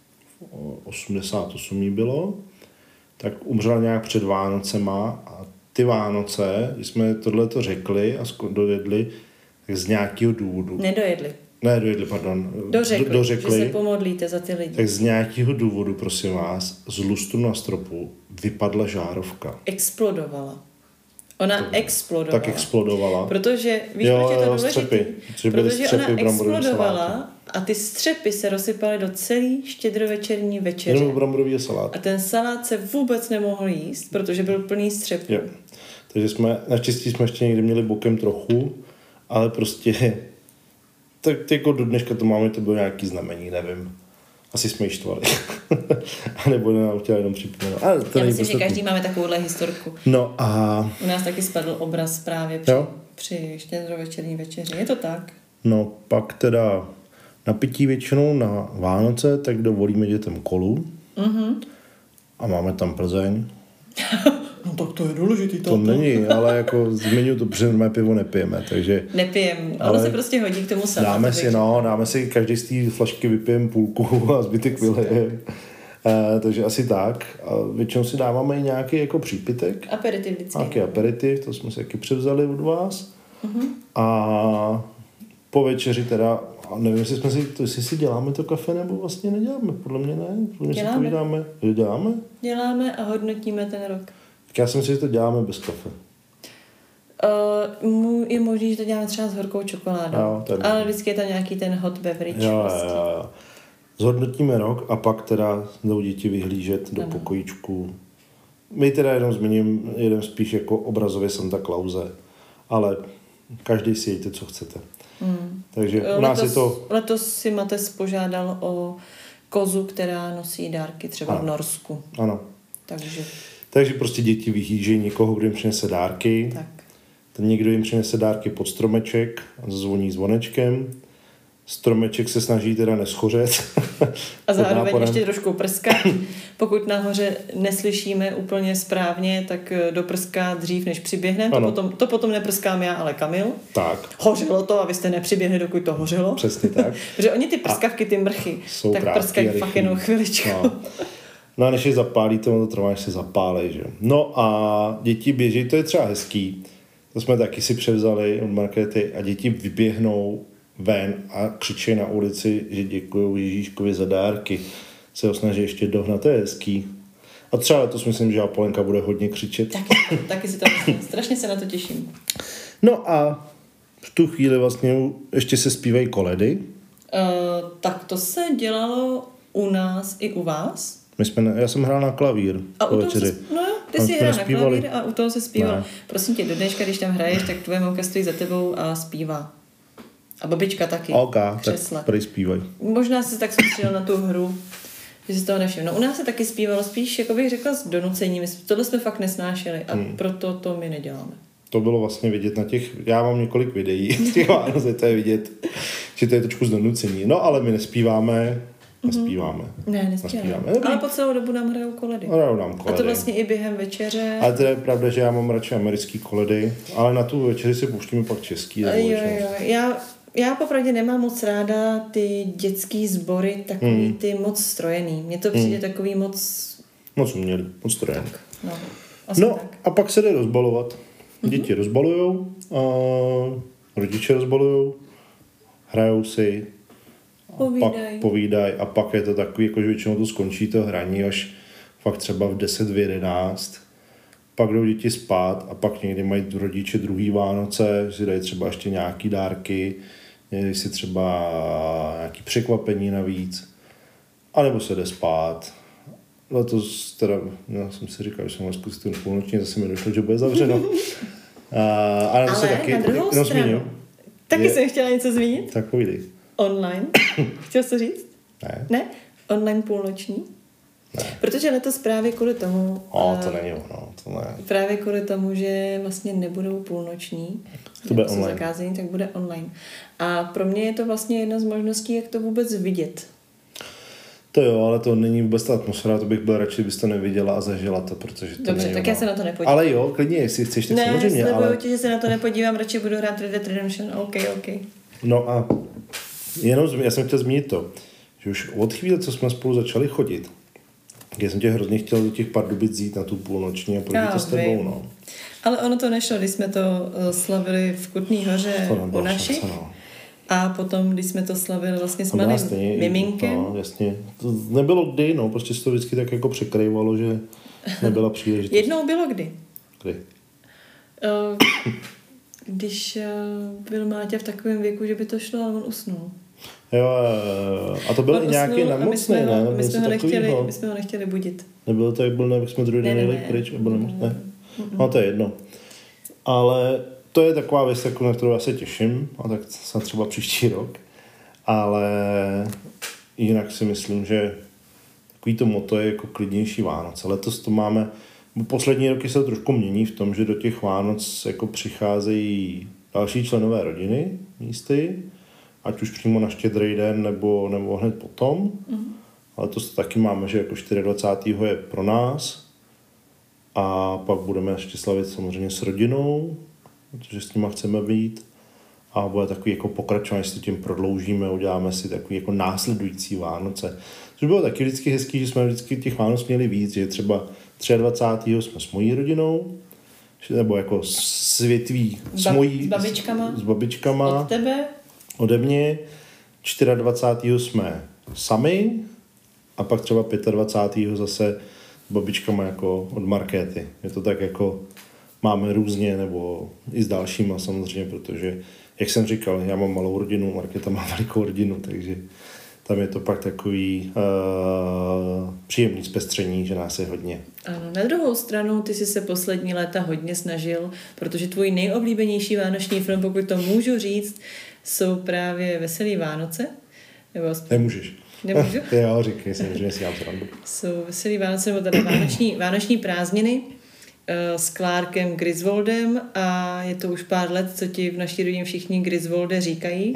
88 jí bylo, tak umřela nějak před Vánocema a ty Vánoce, když jsme tohleto řekli a dojedli, tak z nějakého důvodu. Nedojedli, pardon. Dořekli, že se pomodlíte za ty lidi. Tak z nějakého důvodu, prosím vás, z lustru na stropu vypadla žárovka. Explodovala. Ona explodovala. Tak explodovala. Protože, víš, proč je to důležitý? Protože ona explodovala a ty střepy se rozsypaly do celý štědrovečerní večeře. Jenom bramborový salát. A ten salát se vůbec nemohl jíst, protože byl plný střepů. Jo. Takže naštěstí jsme ještě někdy měli bokem trochu, ale prostě tak jako do dneška to máme, to bylo nějaký znamení, nevím. Asi jsme ji štvali. A nebo nám chtěla jenom připomenout. Já myslím, že každý máme takovouhle historku. No a... U nás taky spadl obraz právě při štědrovečerní večeři. Je to tak? No pak teda na pití většinou na Vánoce, tak dovolíme dětem kolu. A máme tam Plzeň. No tak to je důležitý. To není, ale jako zmiňuji to, protože mé pivo nepijeme, takže... Nepijem, ono se prostě hodí k tomu salátu. Dáme si každý z té flašky vypijeme půlku a zbytek vylejeme. Takže asi tak. A většinou si dáváme i nějaký jako přípitek. Aperitiv vždycky. Nějaký aperitiv, to jsme si taky převzali od vás. A po večeři teda, a nevím, jestli si děláme to kafe, nebo vlastně neděláme. Podle mě ne. Děláme a hodnotíme ten rok. Tak já si myslím, že to děláme bez kafe. Je možný, že to děláme třeba s horkou čokoládou. Ale vždycky je tam nějaký ten hot beverage. Jo. Zhodnotíme rok a pak teda jdou děti vyhlížet do pokojíčku. My teda jenom zmíním, jeden spíš jako obrazově Santa Clause, ale každý si jejte, co chcete. Takže u nás je to... Letos si Mates požádal o kozu, která nosí dárky třeba v Norsku. Ano. Takže prostě děti vyhlížejí někoho, kdo jim přinese dárky. Tak. Ten někdo jim přinese dárky pod stromeček a zvoní zvonečkem. Stromeček se snaží teda neschořet. A zároveň ještě trošku prskat. Pokud nahoře neslyšíme úplně správně, tak doprská dřív, než přiběhne. To potom neprskám já, ale Kamil. Tak. Hořelo to a vy jste nepřiběhli, dokud to hořelo. Přesně tak. Protože oni ty prskavky, ty mrchy, tak prskají fakt jenom chviličku. No a než je zapálí, to trvá, než se zapálej, že? No a děti běží, to je třeba hezký. To jsme taky si převzali od Markéty a děti vyběhnou ven a křičí na ulici, že děkují Ježíškovi za dárky. Se ho snaží ještě dohnat, to je hezký. A třeba to si myslím, že Apolenka bude hodně křičet. Taky si to myslím. Strašně se na to těším. No a v tu chvíli vlastně ještě se zpívají koledy. Tak to se dělalo u nás i u vás. Já jsem hrál na klavír. A u toho ty jsi hrál na klavír a u toho se zpíval. Ne. Prosím tě, do dneška, když tam hraješ, tak tvoje mamka stojí za tebou a zpívá. A babička taky. Tak prý zpívají. Možná jsi tak soustředil na tu hru, že si toho nevšiml. No u nás se taky zpívalo spíš, jako bych řekla, s donucením. Tohle jsme fakt nesnášeli a proto to my neděláme. To bylo vlastně vidět na těch, já mám několik videí z těch Vánoc, to je vidět, že to je trošku z donucení. No ale my nespíváme. Nespíváme. Ale po celou dobu nám hrajou koledy. A to vlastně i během večeře. Ale to je pravda, že já mám radši americký koledy, ale na tu večeři si pouštíme pak český. Já popravdě nemám moc ráda ty dětský sbory, takový ty moc strojený. Mně to přijde takový moc umělý, moc strojený. Tak, a pak se jde rozbalovat. Děti rozbalujou, rodiče rozbalujou, hrajou si, pak povídají a pak je to takový, jako že většinou to skončí to hraní až fakt třeba v 10, v 11. pak jdou děti spát a pak někdy mají rodiče druhý Vánoce, si dají třeba ještě nějaký dárky, někdy si třeba nějaký překvapení navíc, anebo se jde spát. Letos teda, já jsem si říkal, že jsem mohl zkusit ten půlnoční, zase mi došlo, že bude zavřeno. Ale na druhou stranu, taky jsem chtěla něco zmínit. Tak povídej. Online. Chtěl jsi říct? Ne? Online půlnoční? Ne. Protože letos právě kvůli tomu... to není ono, to ne. Právě kvůli tomu, že vlastně nebudou půlnoční, to bude online. Zakázení, tak bude online. A pro mě je to vlastně jedna z možností, jak to vůbec vidět. To jo, ale to není vůbec ta atmosféra, to bych byl radši, bys to neviděla a zažila to, protože to dobře, není tak ono. Já se na to nepodívám. Ale jo, klidně, jestli chceš, tak samozřejmě. Ne, slibuju ti, že se na to nepodívám, radši budu hrát Red Dead Redemption, OK. No a jenom, já jsem chtěl zmínit to, že už od chvíle, co jsme spolu začali chodit, já jsem tě hrozně chtěl do těch Pardubic jít na tu půlnoční a projít to s tebou, no. Ale ono to nešlo, když jsme to slavili v Kutný Hoře u naši. A potom, když jsme to slavili vlastně s malým miminkem. No, jasně. To nebylo kdy, no, prostě se to vždycky tak jako překrývalo, že nebyla příležitost. Jednou bylo kdy? Kdy? Když byl Máťa v takovém věku, že by to šlo, ale on usnul. Jo, a to byl i nějaký nemocný, ne? My jsme ho nechtěli budit. Nebylo to, jak byl, jak jsme druhý den jeli pryč a byl nemocný? No to je jedno. Ale to je taková věc, na kterou já se těším, a tak snad třeba příští rok. Ale jinak si myslím, že takový to motto je jako klidnější Vánoce. Letos to máme, poslední roky se to trošku mění v tom, že do těch Vánoc jako přicházejí další členové rodiny místy, ať už přímo na Štědrý den, nebo hned potom. Ale to taky máme, že jako 24. je pro nás a pak budeme ještě slavit samozřejmě s rodinou, protože s nima chceme být a bude takový jako pokračování, jestli tím prodloužíme, uděláme si takový jako následující Vánoce. Což bylo taky vždycky hezký, že jsme vždycky těch Vánoc měli víc, že třeba 23. jsme s mojí rodinou, nebo jako s větví s babičkama. Od tebe? Ode mě. 24. jsme sami a pak třeba 25. zase s babičkama jako od Markéty. Je to tak jako máme různě, nebo i s dalšíma samozřejmě, protože, jak jsem říkal, já mám malou rodinu, Markéta má velikou rodinu, takže tam je to pak takový příjemný zpestření, že nás je hodně. Ano, na druhou stranu ty jsi se poslední léta hodně snažil, protože tvůj nejoblíbenější vánoční film, pokud to můžu jsou právě Veselý Vánoce. Nebo Nemůžeš. Nemůžu? Jo, říkej, samozřejmě si dělám srandu. Jsou Veselý Vánoce, nebo teda vánoční prázdniny s Clarkem Griswoldem a je to už pár let, co ti v naší rodině všichni Griswolde říkají,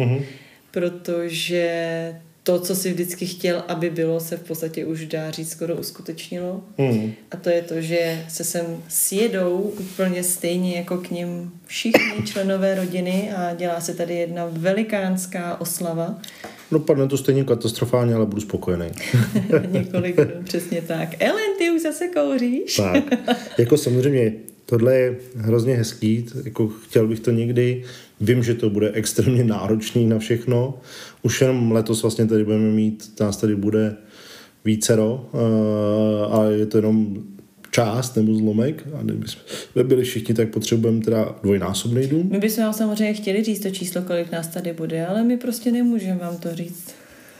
protože to, co si vždycky chtěl, aby bylo, se v podstatě už dá říct skoro uskutečnilo. A to je to, že se sem sjedou úplně stejně jako k nim všichni členové rodiny a dělá se tady jedna velikánská oslava. Dopadne to stejně katastrofálně, ale budu spokojený. Několik dnů, přesně tak. Ellen, ty už zase kouříš? Tak, jako samozřejmě, tohle je hrozně hezký, jako chtěl bych to někdy, vím, že to bude extrémně náročný na všechno, už jenom letos vlastně tady budeme mít, nás tady bude vícero, ale je to jenom část nebo zlomek a kdybychom byli všichni, tak potřebujeme teda dvojnásobný dům. My bychom vám samozřejmě chtěli říct to číslo, kolik nás tady bude, ale my prostě nemůžeme vám to říct.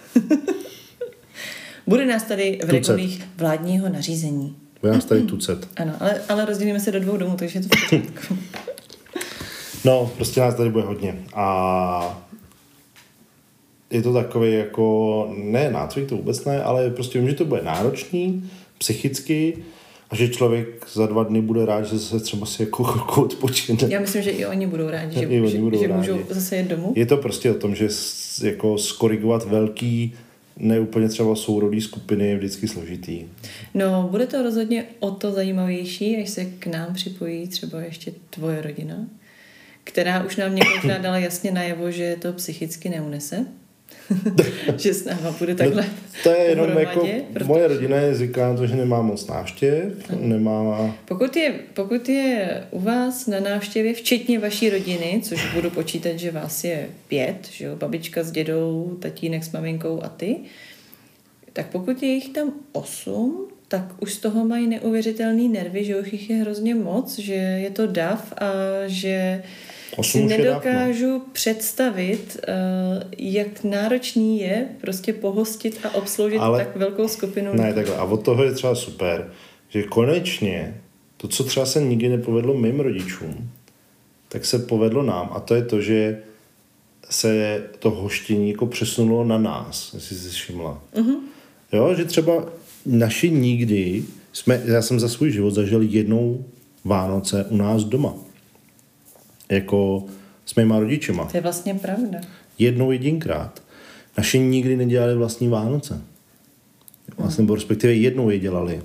Bude nás tady v regulích vládního nařízení. Bude nás tady tucet. Ano, ale rozdělíme se do 2 domů, takže je to v pořádku. No, prostě nás tady bude hodně. A je to takový jako, ne nácvik, to vůbec ne, ale prostě vím, že to bude náročný, psychicky, a že člověk za 2 dny bude rád, že se třeba si jako chvilku odpočine. Já myslím, že i oni budou rádi, že můžou zase jet domů. Je to prostě o tom, že jako skorigovat velký, ne úplně třeba sourodý skupiny je vždycky složitý. No, bude to rozhodně o to zajímavější, až se k nám připojí třeba ještě tvoje rodina, která už nám několikrát dala jasně najevo, že to psychicky neunese. Že s náma bude takhle. No, to je jenom jako, moje rodina je zvyklá na to, že nemá moc návštěv, nemá... Pokud je u vás na návštěvě, včetně vaší rodiny, což budu počítat, že vás je 5, že jo, babička s dědou, tatínek s maminkou a ty, tak pokud je jich tam 8 tak už z toho mají neuvěřitelný nervy, že už jich je hrozně moc, že je to dav a že si nedokážu představit, jak náročný je prostě pohostit a obsloužit tak velkou skupinu. Ne, takhle. A od toho je třeba super, že konečně to, co třeba se nikdy nepovedlo mým rodičům, tak se povedlo nám. A to je to, že se to hoštění jako přesunulo na nás, jestli jsi všimla. Uh-huh. Jo, že třeba naši nikdy já jsem za svůj život zažil jednou Vánoce u nás doma. Jako s mýma rodičema. To je vlastně pravda. Jednou jedinkrát. Naši nikdy nedělali vlastní Vánoce. Vlastně, respektive jednou je dělali.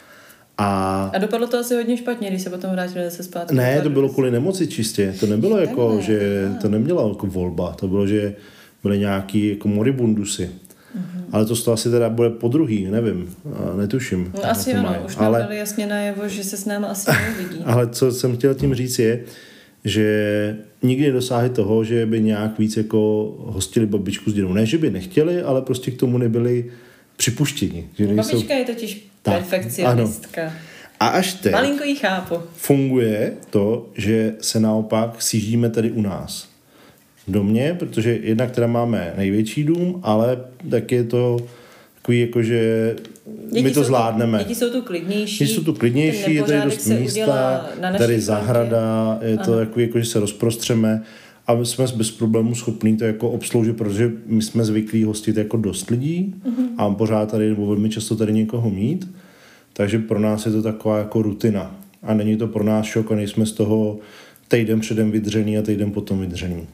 A dopadlo to asi hodně špatně, když se potom vrátili zase zpátky. Ne, to bylo kvůli nemoci čistě. To nebylo jako, že to neměla jako volba. To bylo, že byly nějaký jako moribundusy. Ale to asi teda bude podruhý, nevím, netuším. No asi ano, už nám dali jasně najevo, že se s námi asi neuvidí. Ale co jsem chtěl tím říct je, že nikdy nedosáhli toho, že by nějak víc jako hostili babičku s dědou. Ne, že by nechtěli, ale prostě k tomu nebyli připuštěni. Že babička je totiž perfekcionistka. Ano. A až teď malinko jí chápu. Funguje to, že se naopak sjíždíme tady u nás v domě, protože jednak teda máme největší dům, ale tak je to takový jako, že my to zvládneme. Děti jsou tu klidnější. Je tady dost místa, tady zahrada, je to takový, jako, že se rozprostřeme a my jsme bez problémů schopní to jako obsloužit, protože my jsme zvyklí hostit jako dost lidí a pořád tady, nebo velmi často tady někoho mít, takže pro nás je to taková jako rutina a není to pro nás šok a nejsme z toho týden předem vydřený a týden potom vydřený.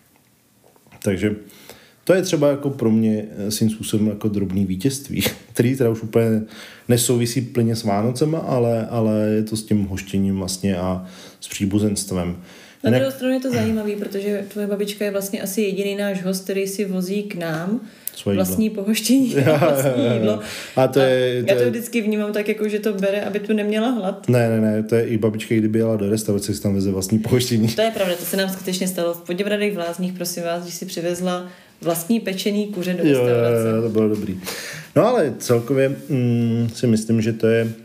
Takže to je třeba jako pro mě svým způsobem jako drobný vítězství, který teda už úplně nesouvisí plně s Vánocema, ale je to s tím hoštěním vlastně a s příbuzenstvem. Na druhou stranu je to zajímavý, protože tvoje babička je vlastně asi jediný náš host, který si vozí k nám vlastní pohoštění a vlastní jídlo. A já to vždycky vnímám tak, jako, že to bere, aby tu neměla hlad. Ne, to je i babička, kdyby jela do restaurace, si tam veze vlastní pohoštění. To je pravda, to se nám skutečně stalo v Poděbradech v Lázních, prosím vás, když si přivezla vlastní pečený kuře do restaurace. Jo, to bylo dobrý. No ale celkově si myslím, že to je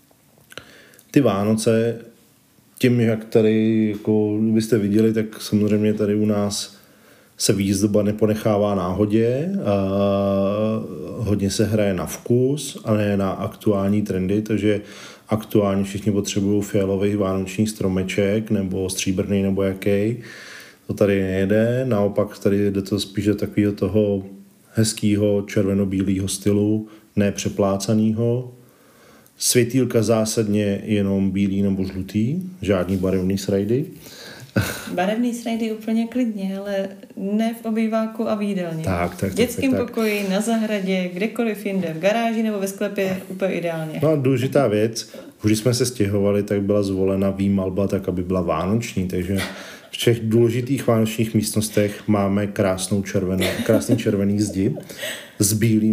ty Vánoce, tím, jak tady, jako byste viděli, tak samozřejmě tady u nás se výzdoba neponechává náhodě, a hodně se hraje na vkus a ne na aktuální trendy, takže aktuálně všichni potřebují fialový vánoční stromeček nebo stříbrný nebo jaký. To tady nejede, naopak tady jde to spíš do takového toho hezkého červeno-bílého stylu, nepřeplácanýho. Světýlka zásadně jenom bílý nebo žlutý, žádný barevný srajdy. Barevný srajdy úplně klidně, ale ne v obýváku a v jídelně. V dětském pokoji, na zahradě, kdekoliv jinde, v garáži nebo ve sklepě úplně ideálně. No a důležitá věc, když jsme se stěhovali, tak byla zvolena výmalba tak, aby byla vánoční, takže v těch důležitých vánočních místnostech máme krásný červený zdi s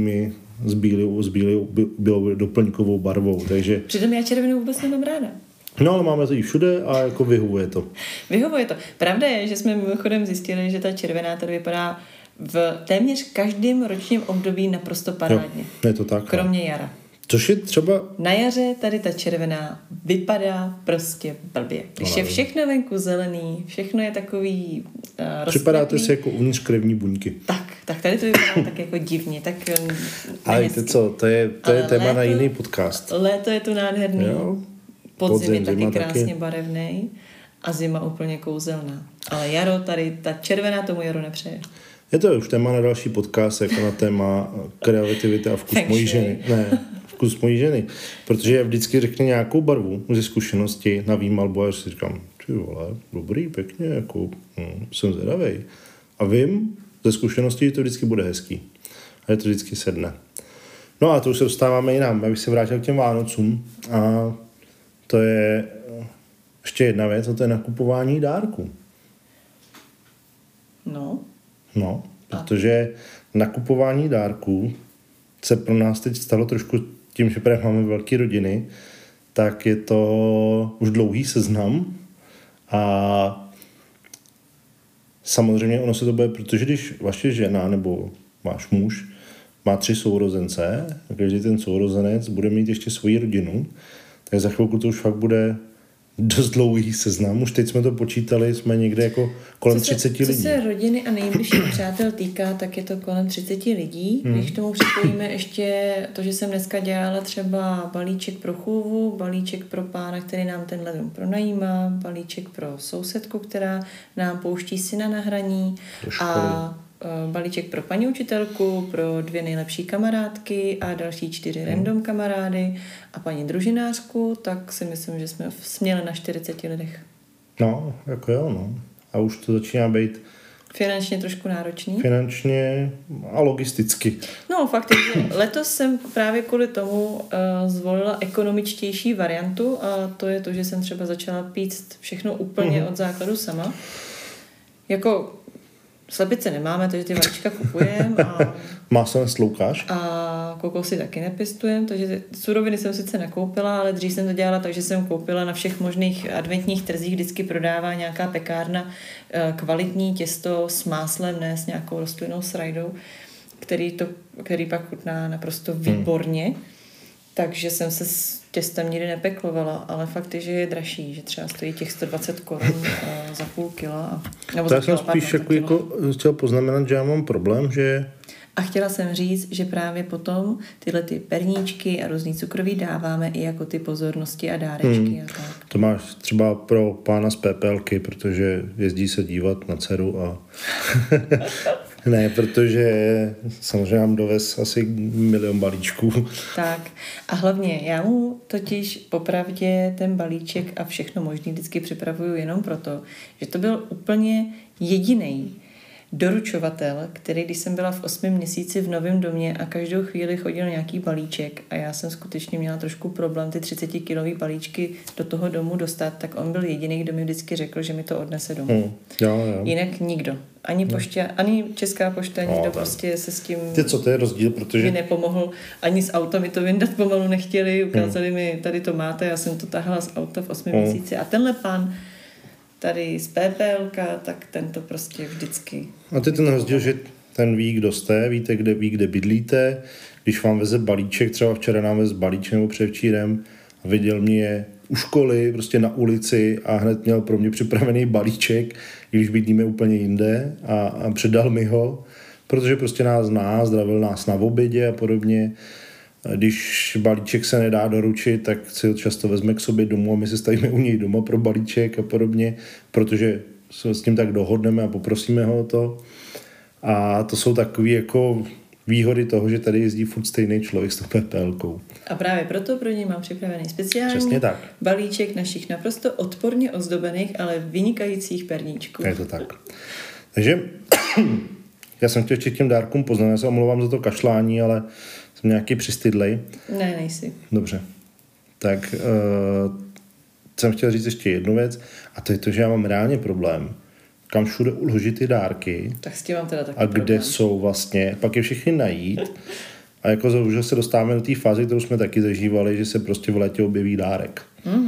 bílou doplňkovou barvou. Takže přitom já červenou vůbec nemám ráda. No, ale máme to i všude a jako vyhovuje to. Vyhovuje to. Pravda je, že jsme mimochodem zjistili, že ta červená tady vypadá v téměř každém ročním období naprosto parádně. Jo, je to tak. Kromě jara. Což je třeba... Na jaře tady ta červená vypadá prostě blbě. Když je všechno venku zelený, všechno je takový připadá to si jako uvnitř krevní buňky. Tak tady to vypadá tak jako divně. Tak ale víte co, to je téma na jiný podcast. Léto je tu nádherný. Jo. Podzim je taky krásně barevný a zima úplně kouzelná. Ale jaro tady, ta červená tomu jaru nepřeje. Je to už téma na další podcast, jako na téma kreativita a vkus mojí ženy. Ne, vkus mojí ženy. Protože já vždycky řekne nějakou barvu ze zkušenosti na výmalbu a já si říkám, ty vole, dobrý, pěkně, jako, jsem zvědavej. A vím ze zkušenosti, že to vždycky bude hezký. A je to vždycky sedne. No a to už se dostáváme jinam. Já bych se vrátil k těm Vánocům a to je ještě jedna věc, a to je nakupování dárků. No, protože nakupování dárků se pro nás teď stalo trošku tím, že právě máme velké rodiny, tak je to už dlouhý seznam a samozřejmě ono se to bude, protože když vaše žena nebo váš muž má 3 sourozence, a každý ten sourozenec bude mít ještě svoji rodinu, tak za chvilku to už fakt bude dost dlouhý seznam. Už teď jsme to počítali, jsme někde jako kolem 30 lidí. Co se rodiny a nejbližších přátel týká, tak je to kolem 30 lidí. Když tomu připojíme ještě to, že jsem dneska dělala třeba balíček pro chůvu, balíček pro pána, který nám tenhle dům pronajímá, balíček pro sousedku, která nám pouští syna na hraní a balíček pro paní učitelku, pro 2 nejlepší kamarádky a další 4 random kamarády a paní družinářku, tak si myslím, že jsme směli na 40 lidech. No, jako jo, no. A už to začíná být finančně trošku náročný. Finančně a logisticky. No, fakt je, že letos jsem právě kvůli tomu zvolila ekonomičtější variantu a to je to, že jsem třeba začala pít všechno úplně od základu sama. Jako slepice nemáme, takže ty vajíčka kupujeme. Máslo nesloukáš? A kokosy taky nepěstujeme, takže suroviny jsem sice nakoupila, ale dřív jsem to dělala tak, že jsem koupila na všech možných adventních trzích, vždycky prodává nějaká pekárna kvalitní těsto s máslem, ne s nějakou rostlinnou srajdou, který pak chutná naprosto výborně. Takže jsem se s těstem nikdy nepeklovala, ale fakt je, že je dražší, že třeba stojí těch 120 korun za půl kila. To já jsem spíš jako chtěl poznamenat, že já mám problém, že... A chtěla jsem říct, že právě potom tyhle ty perníčky a různý cukroví dáváme i jako ty pozornosti a dárečky. A tak. To máš třeba pro pána z PPLky, protože jezdí se dívat na dceru a... Ne, protože samozřejmě mám dovez asi 1 milion balíčků. Tak a hlavně já mu totiž popravdě ten balíček a všechno možný vždycky připravuju jenom proto, že to byl úplně jedinej doručovatel, který, když jsem byla v 8. měsíci v novém domě a každou chvíli chodil nějaký balíček a já jsem skutečně měla trošku problém ty 30-kilový balíčky do toho domu dostat, tak on byl jediný, kdo mi vždycky řekl, že mi to odnese domů. Jo. Jinak nikdo. Ani pošta, ani Česká pošta, nikdo prostě se s tím... Co to je rozdíl, protože... mi nepomohl. Ani z auta mi to vyndat pomalu nechtěli. Ukázali mi, tady to máte, já jsem to tahala z auta v 8 měsíci. A tenhle pán tady z PPLka, tak ten to prostě vždycky... A to je ten rozdíl, že ten ví, kdo jste, víte, kde bydlíte. Když vám veze balíček, třeba včera nám vez balíček nebo předevčírem a viděl mě u školy, prostě na ulici a hned měl pro mě připravený balíček, i když bydlíme úplně jinde a předal mi ho, protože prostě nás zná, zdravil nás na obědě a podobně. Když balíček se nedá doručit, tak si ho často vezme k sobě domů a my se stavíme u něj doma pro balíček a podobně, protože se s tím tak dohodneme a poprosíme ho o to. A to jsou takové jako výhody toho, že tady jezdí furt stejný člověk s tou PPLkou. A právě proto pro něj mám připravený speciální balíček našich naprosto odporně ozdobených, ale vynikajících perníčků. Je to tak. Takže já jsem chtěl ještě těm dárkům poznat, já se omlouvám za to kašlání, ale jsem nějaký přistydlej. Ne, nejsi. Dobře. Tak jsem chtěl říct ještě jednu věc a to je to, že já mám reálně problém, kam všude uložit ty dárky tak s tím mám teda taky a kde problém. jsou vlastně, pak je všechny najít a jako už se dostáváme do té fáze, kterou jsme taky zažívali, že se prostě v létě objeví dárek.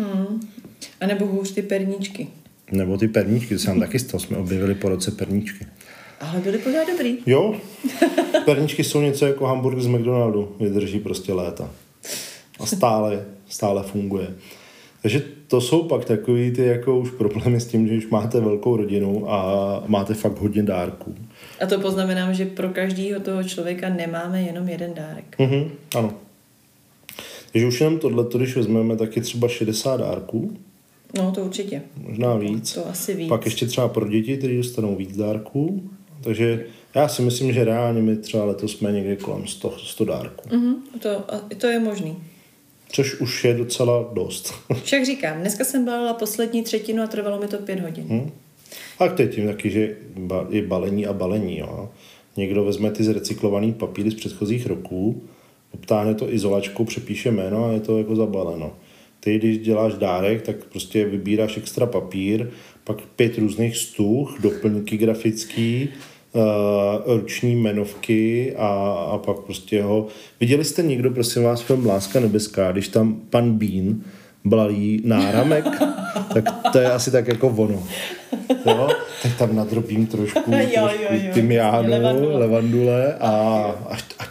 A nebo hůř ty perníčky. Nebo ty perníčky, to se nám taky stalo, jsme objevili po roce perníčky. Ale byly pořád dobrý. Jo, perníčky jsou něco jako hamburger z McDonaldu, vydrží prostě léta. A stále funguje. Takže to jsou pak takový ty jako už problémy s tím, že už máte velkou rodinu a máte fakt hodně dárků. A to poznamenám, že pro každého toho člověka nemáme jenom jeden dárek. Ano. Takže už jenom tohleto, když vezmeme, tak je třeba 60 dárků. No, to určitě. Možná víc. To asi víc. Pak ještě třeba pro děti, kteří dostanou víc dárků. Takže já si myslím, že reálně my třeba letos jsme někde kolem 100 dárků. To je možný. Což už je docela dost. Však říkám, dneska jsem balila poslední třetinu a trvalo mi to 5 hodin. A to je tím taky, že je balení a balení. Jo. Někdo vezme ty zrecyklovaný papíry z předchozích roků, obtáhne to izolačkou, přepíše jméno a je to jako zabaleno. Ty, když děláš dárek, tak prostě vybíráš extra papír, pak 5 různých stuh, doplňky grafický, ruční jmenovky a pak prostě ho... Viděli jste někdo, prosím vás, film Láska nebeská, když tam pan Bean balí náramek, tak to je asi tak jako ono. Jo? Tak tam nadrobím trošku tymiánu, levandule a ať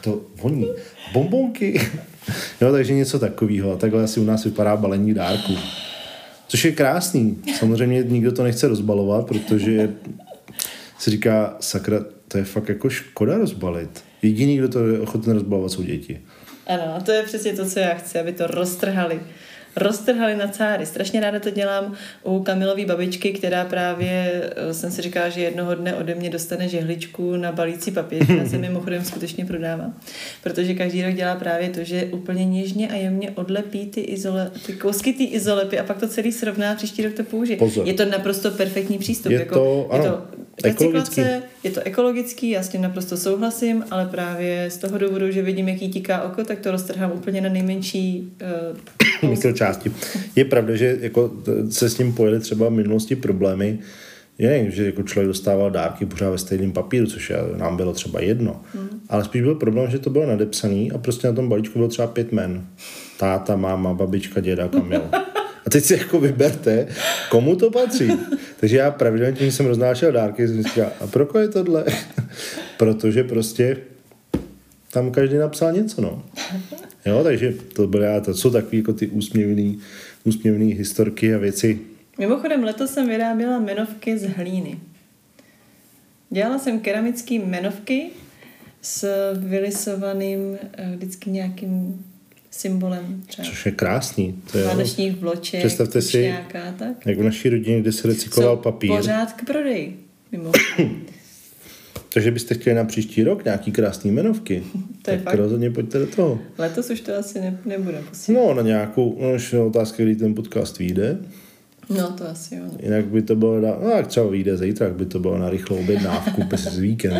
to voní. Bonbonky. Jo, takže něco takového. A takhle asi u nás vypadá balení dárků. Což je krásný. Samozřejmě nikdo to nechce rozbalovat, protože si říká, sakra, to je fakt jako škoda rozbalit. Jediný, kdo to je ochoten rozbalovat, jsou děti. Ano, a to je přesně to, co já chci, aby to roztrhali na cáry. Strašně ráda to dělám u Kamilové babičky, která právě, jsem si říkala, že jednoho dne ode mě dostane žehličku na balící papír, která se mimochodem skutečně prodává. Protože každý rok dělá právě to, že úplně něžně a jemně odlepí ty kousky té izolepy a pak to celý srovná, příští rok to použije. Pozor. Je to naprosto perfektní přístup. Je to recyklace, je to ekologický, já s tím naprosto souhlasím, ale právě z toho důvodu, že vidím, jaký tíká oko, tak to roztrhám úplně na nejmenší mikročásti. Je pravda, že jako se s ním pojeli třeba v minulosti problémy, je, že jako člověk dostával dárky pořád ve stejném papíru, což nám bylo třeba jedno. Ale spíš byl problém, že to bylo nadepsaný a prostě na tom balíčku bylo třeba 5 jmen. Táta, máma, babička, děda, Kamil. A teď si jako vyberte, komu to patří. Takže já pravidelně, když jsem roznášel dárky, jsem říkal, a pro koho je tohle? Protože prostě tam každý napsal něco, no. Jo, takže to jsou takový jako ty úsměvný historky a věci. Mimochodem, letos jsem vyráběla jmenovky z hlíny. Dělala jsem keramické jmenovky s vylisovaným vždycky nějakým symbolem. Což je krásný. Válečných vloček, představte si, tak. Jak v naší rodině, kde se recykloval papír. Pořád k prodeji. Mimochodem. Takže byste chtěli na příští rok nějaký krásný jmenovky. Tak rozhodně pojďte do toho. Letos už to asi nebude posílat. No, na nějakou, otázka, kdy ten podcast vyjde. No, to asi jo. Jinak by to bylo, jak třeba vyjde zítra, by to bylo na rychlou objednávku bez víkend.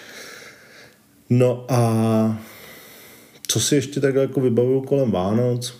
No a co si ještě takhle jako vybavuju kolem Vánoc?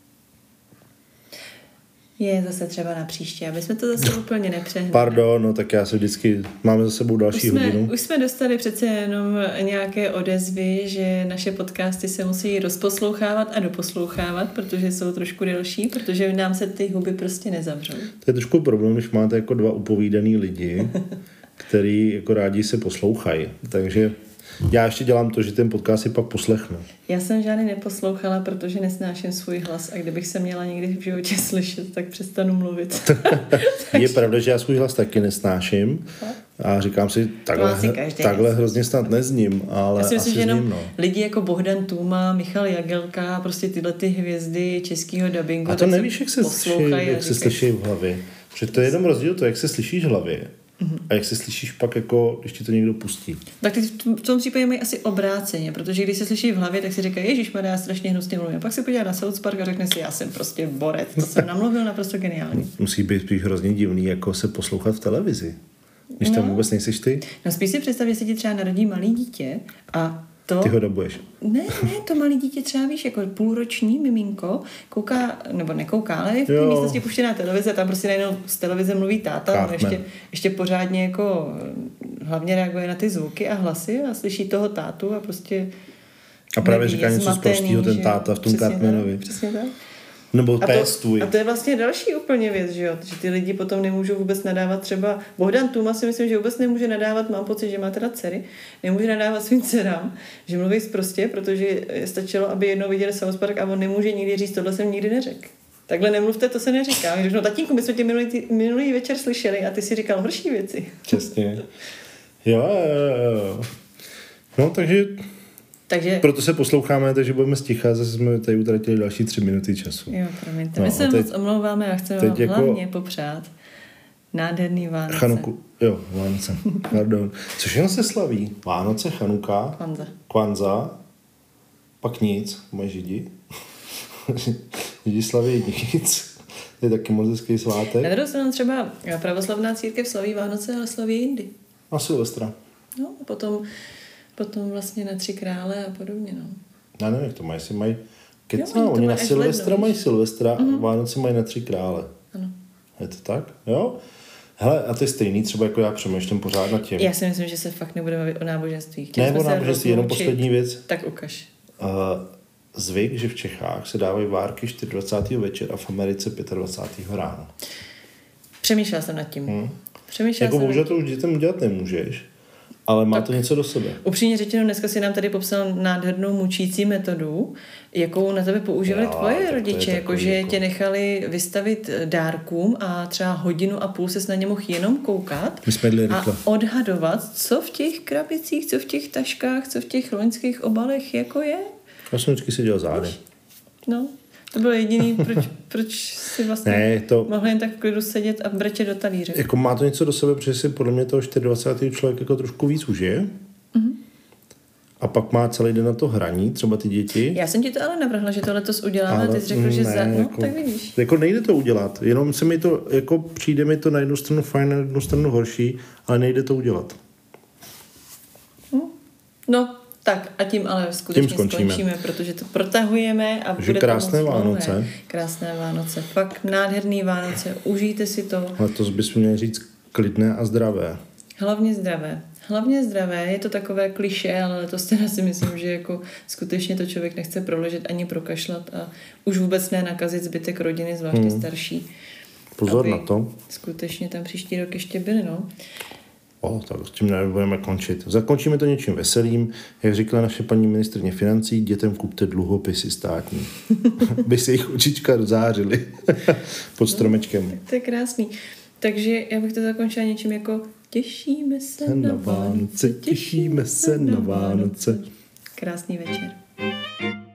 Je zase třeba na příště, aby jsme to zase úplně nepřehnali. Pardon, no tak já se vždycky, máme za sebou další hodinu. Už jsme dostali přece jenom nějaké odezvy, že naše podcasty se musí rozposlouchávat a doposlouchávat, protože jsou trošku delší, protože nám se ty huby prostě nezavřou. To je trošku problém, když máte jako dva upovídaný lidi, který jako rádi se poslouchají. Takže já ještě dělám to, že ten podcast si pak poslechnu. Já jsem žádný neposlouchala, protože nesnáším svůj hlas a kdybych se měla někdy v životě slyšet, tak přestanu mluvit. Je pravda, že já svůj hlas taky nesnáším a říkám si, takhle hrozně snad nezním, ale já si myslím, že jenom zním, no. Lidi jako Bohdan Tůma, Michal Jagelka, prostě tyhle ty hvězdy českého dabingu. A to nevíš, jak se slyší v hlavě. Protože to je jenom rozdíl to, jak se slyšíš v hlavě. A jak se slyšíš pak, jako, když ti to někdo pustí? Tak ty v tom případě mají asi obráceně, protože když se slyší v hlavě, tak si říká, ježišmarja, já strašně hnusně mluvím. A pak si podívá na South Park a řekne si, já jsem prostě borec, to jsem namluvil naprosto geniální. Musí být spíš hrozně divný, jako se poslouchat v televizi. Když tam vůbec nejseš ty? No spíš si představ, že se ti třeba narodí malý dítě a ty ho dabuješ. Ne, to malé dítě třeba, víš, jako půlroční miminko, kouká, nebo nekouká, ale je v té místnosti puštěná televize, tam prostě najednou z televize mluví táta, on ještě pořádně jako hlavně reaguje na ty zvuky a hlasy a slyší toho tátu a prostě a právě říká něco zprostýho ten táta v tom Cartmanovi. Přesně tak. Nebo pes tvůj. A to je vlastně další úplně věc, že jo? Že ty lidi potom nemůžou vůbec nadávat třeba... Bohdan Tůma si myslím, že vůbec nemůže nadávat, mám pocit, že má teda dcery, nemůže nadávat svým dcerám, že mluví sprostě, protože stačilo, aby jednou viděli South Park a on nemůže nikdy říct, tohle jsem nikdy neřekl. Takhle nemluvte, to se neříká. Když řeknou, tatínku, my jsme tě minulý večer slyšeli a ty si říkal horší věci. Přesně. Jo. No, takže proto se posloucháme, takže budeme sticha, zase jsme tady utratili další 3 minuty času. Jo, promiňte. My se moc omlouváme a chceme vám hlavně popřát nádherný Vánoce. Chanuku. Jo, Vánoce. Pardon. Což jen se slaví? Vánoce, Chanuka. Kwanza. Pak nic. Mají Židi. Židi slaví nic. To je taky moc hezký svátek. Na druhou stranu třeba pravoslavná církev slaví Vánoce, ale slaví jindy. A Silvestra. No, a potom vlastně na 3 krále a podobně, no. Já nevím, jak to mají, mají oni na Silvestra mají Silvestra, Vánoce mají na 3 krále. Ano. Je to tak? Jo? Hele, a to je stejný, třeba jako já přemýšlím pořád nad tím. Já si myslím, že se fakt nebudeme bavit o náboženství. Ne, o náboženství, jenom poslední věc. Tak ukaž. Zvyk, že v Čechách se dávají várky 24. večer a v Americe 25. ráno. Přemýšlela jsem nad tím. Jako bohužel to už dětem udělat nemůžeš, Ale má to něco do sebe. Upřímně řečeno, dneska si nám tady popsal nádhernou mučící metodu, jakou na tebe používali tvoje rodiče, jakože tě nechali vystavit dárkům a třeba 1,5 hodiny ses na ně mohl jenom koukat a odhadovat, co v těch krabicích, co v těch taškách, co v těch loňských obalech jako je. Já jsem vždycky si dělal zády. No, to bylo jediný, proč si vlastně mohl jen tak v klidu sedět a brečet do talíře. Jako má to něco do sebe, protože si podle mě toho 24. člověk jako trošku víc užije. A pak má celý den na to hraní, třeba ty děti. Já jsem ti to ale navrhla, že to letos uděláme, a ty jsi řekl, že tak vidíš. Jako nejde to udělat, jenom se mi to, jako přijde mi to na jednu stranu fajn, na jednu stranu horší, ale nejde to udělat. No, tak a tím ale skutečně skončíme, protože to protahujeme a bude krásné Vánoce. Dlouhé. Krásné Vánoce. Fakt nádherný Vánoce, užijte si to. Letos bychom měli říct klidné a zdravé. Hlavně zdravé. Hlavně zdravé, je to takové klišé, ale letos teda si myslím, že jako skutečně to člověk nechce proležet ani prokašlat a už vůbec ne nakazit zbytek rodiny, zvláště starší. Pozor na to. Skutečně tam příští rok ještě byli, no. Tak s tím nebudeme končit. Zakončíme to něčím veselým. Jak říkala naše paní ministryně financí, dětem kupte dluhopisy státní. By se jich očička zářily pod stromečkem. To je krásný. Takže já bych to zakončila něčím jako těšíme se na Vánoce, těšíme se na Vánoce. Krásný večer.